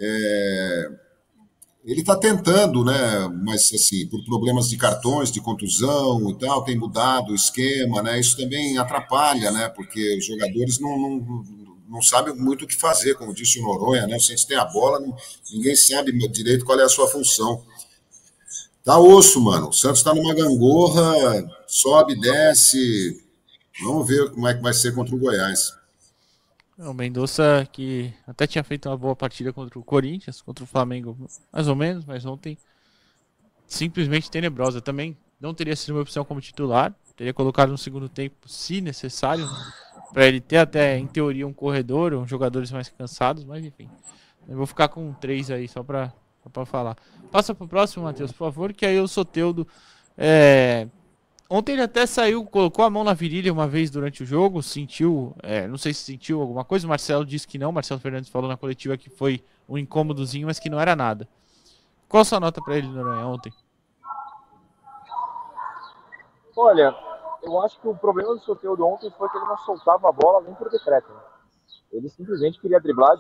Ele está tentando, né? Mas assim, por problemas de cartões, de contusão e tal, tem mudado o esquema, né? Isso também atrapalha, né? Porque os jogadores não sabem muito o que fazer, como disse o Noronha, né? Se a gente tem a bola, ninguém sabe direito qual é a sua função. Tá osso, mano. O Santos tá numa gangorra, sobe, desce. Vamos ver como é que vai ser contra o Goiás. O Mendonça, que até tinha feito uma boa partida contra o Corinthians, contra o Flamengo, mais ou menos, mas ontem simplesmente tenebrosa. Também não teria sido uma opção como titular, teria colocado no segundo tempo, se necessário, para ele ter até, em teoria, um corredor, ou jogadores mais cansados, mas enfim. Eu vou ficar com 3 aí, só para falar. Passa pro próximo, Matheus, por favor, que aí o Soteldo... Ontem ele até saiu, colocou a mão na virilha uma vez durante o jogo, sentiu, não sei se sentiu alguma coisa, o Marcelo disse que não, o Marcelo Fernandes falou na coletiva que foi um incômodozinho, mas que não era nada. Qual a sua nota para ele, Noronha, ontem? Olha, eu acho que o problema do Soteldo ontem foi que ele não soltava a bola nem por decreto, né? Ele simplesmente queria driblar.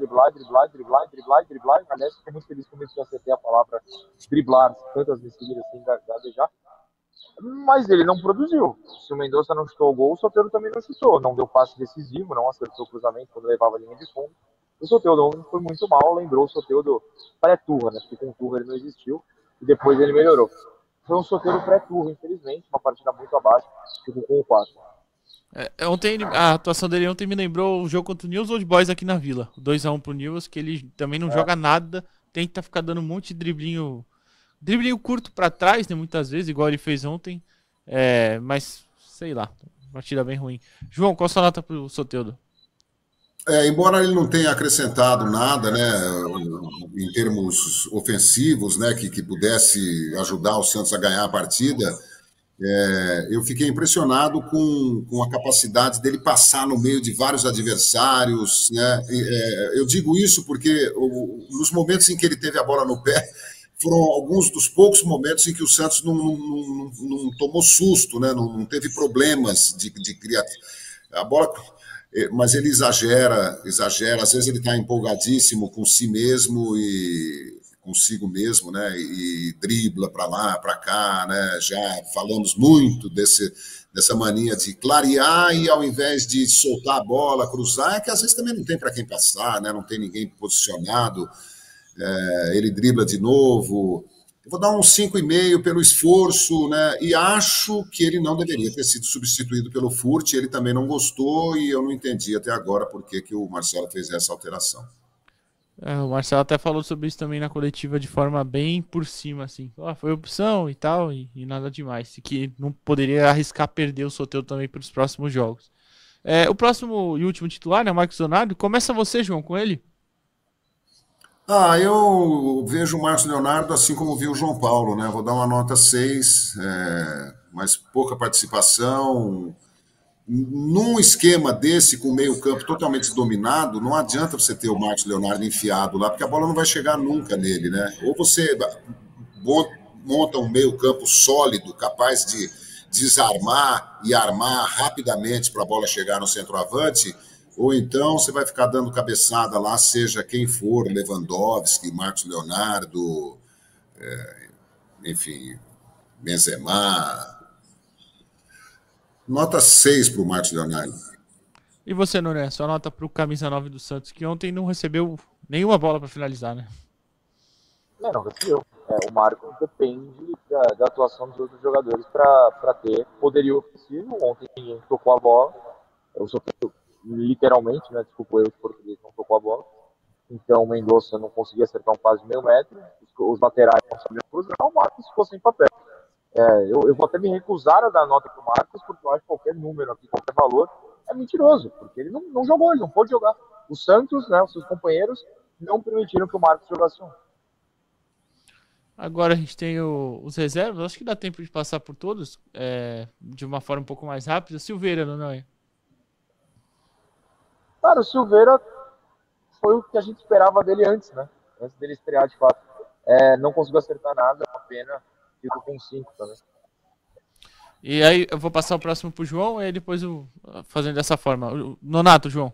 Aliás, estou muito feliz que eu acertei a palavra driblar tantas vezes seguidas assim, gaguejar. Mas ele não produziu. Se o Mendonça não chutou o gol, o Soteldo também não chutou. Não deu passe decisivo, não acertou o cruzamento quando levava a linha de fundo. O Soteldo foi muito mal, lembrou o Soteldo pré-Turra, né? Porque com Turra ele não existiu e depois ele melhorou. foi um sorteio pré-turno, infelizmente, uma partida muito abaixo, ficou com o 4. Ontem a atuação dele ontem me lembrou o jogo contra o News Old Boys aqui na Vila. 2-1 pro News, que ele também não joga nada, tenta ficar dando um monte de driblinho curto pra trás, né, muitas vezes, igual ele fez ontem. Mas, sei lá, partida bem ruim. João, qual a sua nota pro Soteldo? Embora ele não tenha acrescentado nada, né, em termos ofensivos, né, que pudesse ajudar o Santos a ganhar a partida, eu fiquei impressionado com a capacidade dele passar no meio de vários adversários, né? Eu digo isso porque nos momentos em que ele teve a bola no pé, foram alguns dos poucos momentos em que o Santos não tomou susto, né? Não teve problemas de criatividade. A bola, mas ele exagera, às vezes ele está empolgadíssimo com si mesmo e consigo mesmo, né? E dribla para lá, para cá, né? Já falamos muito dessa mania de clarear e ao invés de soltar a bola, cruzar, que às vezes também não tem para quem passar, né? Não tem ninguém posicionado. Ele dribla de novo. Eu vou dar um 5,5 pelo esforço, né? E acho que ele não deveria ter sido substituído pelo Furt. Ele também não gostou e eu não entendi até agora por que o Marcelo fez essa alteração. O Marcelo até falou sobre isso também na coletiva de forma bem por cima, assim. Foi opção e tal, e nada demais. E que não poderia arriscar perder o Soteldo também para os próximos jogos. O próximo e último titular, né, o Marcos Leonardo. Começa você, João, com ele? Eu vejo o Marcos Leonardo assim como vi o João Paulo, né? Vou dar uma nota 6, mas pouca participação. Num esquema desse, com o meio-campo totalmente dominado, não adianta você ter o Marcos Leonardo enfiado lá, porque a bola não vai chegar nunca nele, né? Ou você monta um meio-campo sólido, capaz de desarmar e armar rapidamente para a bola chegar no centroavante, ou então você vai ficar dando cabeçada lá, seja quem for, Lewandowski, Marcos Leonardo, enfim, Benzema. Nota 6 para o Marcos Leonardo. E você, Noré? Sua nota para o camisa 9 do Santos, que ontem não recebeu nenhuma bola para finalizar, né? Não recebeu. O Marcos depende da atuação dos outros jogadores para ter poderio ofensivo. Ontem ninguém tocou a bola. Eu sou literalmente, né? Desculpa o erro de português, não tocou a bola. Então o Mendonça não conseguia acertar um passe de meio metro. Os laterais não sabiam cruzar. O Marcos ficou sem papel. Eu vou até me recusar a dar nota para o Marcos, porque eu acho que qualquer número aqui, qualquer valor, é mentiroso, porque ele não jogou, ele não pôde jogar. O Santos, né, os seus companheiros, não permitiram que o Marcos jogasse um. Agora a gente tem os reservas, acho que dá tempo de passar por todos, de uma forma um pouco mais rápida. Silveira, não é? Cara, o Silveira foi o que a gente esperava dele antes, né? Antes dele estrear de fato. Não conseguiu acertar nada, uma pena. Fico com 5 também. E aí eu vou passar o próximo pro João e aí depois fazendo dessa forma. Nonato, João.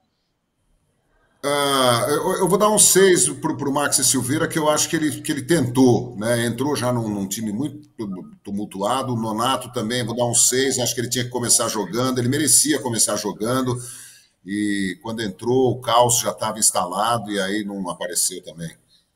Eu vou dar um 6 pro Max Silveira, que eu acho que ele tentou, né? Entrou já num time muito tumultuado. O Nonato também, vou dar um 6. Acho que ele tinha que começar jogando, ele merecia começar jogando. E quando entrou, o caos já estava instalado e aí não apareceu também.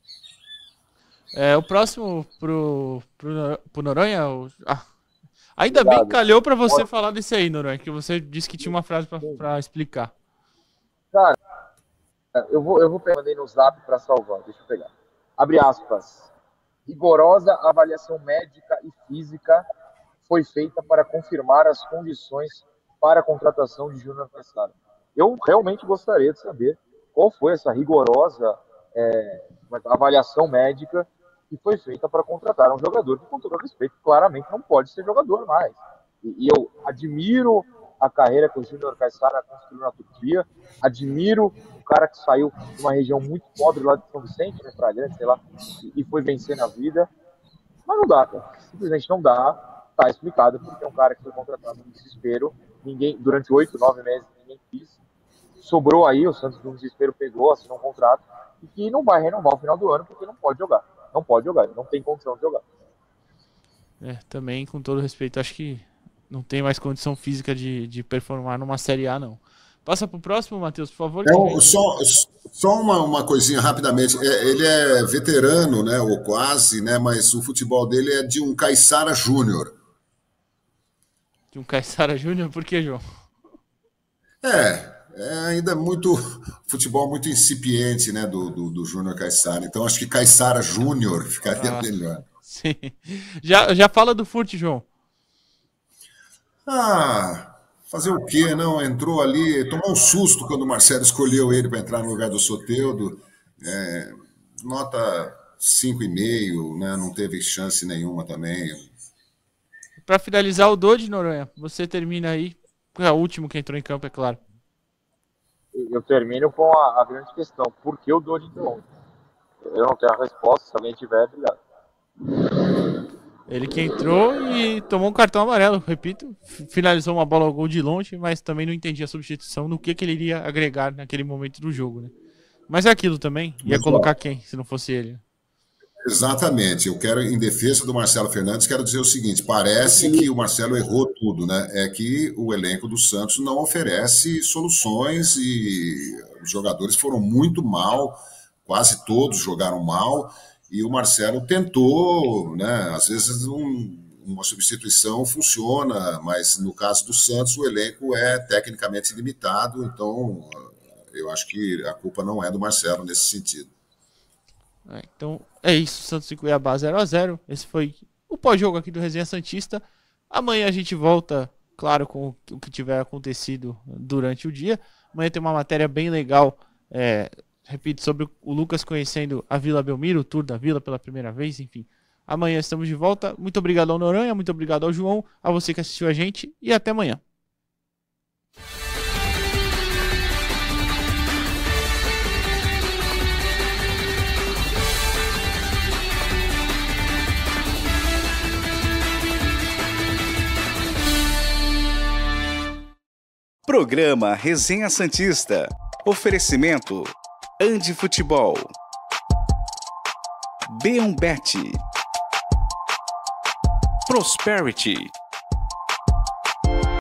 O próximo pro Noronha. Ainda bem que calhou pra você falar desse aí, Noronha, que você disse que tinha uma frase pra explicar. Cara, eu vou pegar, mandei no zap pra salvar, deixa eu pegar. Abre aspas. Rigorosa avaliação médica e física foi feita para confirmar as condições para a contratação de Júnior Cassara. Eu realmente gostaria de saber qual foi essa rigorosa avaliação médica que foi feita para contratar um jogador que, com todo respeito, claramente não pode ser jogador mais. E eu admiro a carreira que o Júnior Cassara construiu na Turquia, admiro o cara que saiu de uma região muito pobre lá de São Vicente, né, Praia Grande, sei lá, e foi vencer na vida. Mas não dá, cara. Simplesmente não dá. Tá explicado porque é um cara que foi contratado no desespero. Ninguém, durante 8, 9 meses, ninguém quis. Sobrou aí, o Santos no desespero pegou, assinou um contrato, e que não vai renovar no final do ano porque não pode jogar. Não pode jogar, ele não tem condição de jogar. Também, com todo respeito, acho que não tem mais condição física de performar numa Série A, não. Passa pro próximo, Matheus, por favor. Então, só uma coisinha rapidamente. Ele é veterano, né, ou quase, né, mas o futebol dele é de um Caiçara Júnior. De um Caiçara Júnior? Por que, João? É ainda muito futebol muito incipiente, né, do Júnior Caiçara. Então acho que Caiçara Júnior ficaria melhor. Sim. Já fala do Furt, João. Fazer o quê? Não, entrou ali, tomou um susto quando o Marcelo escolheu ele para entrar no lugar do Soteldo. Nota 5,5, né? Não teve chance nenhuma também. Para finalizar o Dodge, Noronha, você termina aí. É o último que entrou em campo, é claro. Eu termino com a grande questão. Por que o Dodge entrou? Eu não tenho a resposta. Se alguém tiver, obrigado. Ele que entrou e tomou um cartão amarelo, repito, finalizou uma bola ao gol de longe, mas também não entendi a substituição no que ele iria agregar naquele momento do jogo, né? Mas é aquilo também, ia colocar quem, se não fosse ele? Exatamente, eu quero, em defesa do Marcelo Fernandes, quero dizer o seguinte, parece que o Marcelo errou tudo, né? É que o elenco do Santos não oferece soluções e os jogadores foram muito mal, quase todos jogaram mal, e o Marcelo tentou, né? Às vezes uma substituição funciona, mas no caso do Santos o elenco é tecnicamente limitado, então eu acho que a culpa não é do Marcelo nesse sentido. Então é isso, Santos e Cuiabá 0-0. Esse foi o pós-jogo aqui do Resenha Santista. Amanhã a gente volta, claro, com o que tiver acontecido durante o dia. Amanhã tem uma matéria bem legal, repito, sobre o Lucas conhecendo a Vila Belmiro, o tour da Vila pela primeira vez, enfim. Amanhã estamos de volta. Muito obrigado ao Noronha, muito obrigado ao João, a você que assistiu a gente e até amanhã. Programa Resenha Santista. Oferecimento Andi Futebol, B1Bet, Prosperity.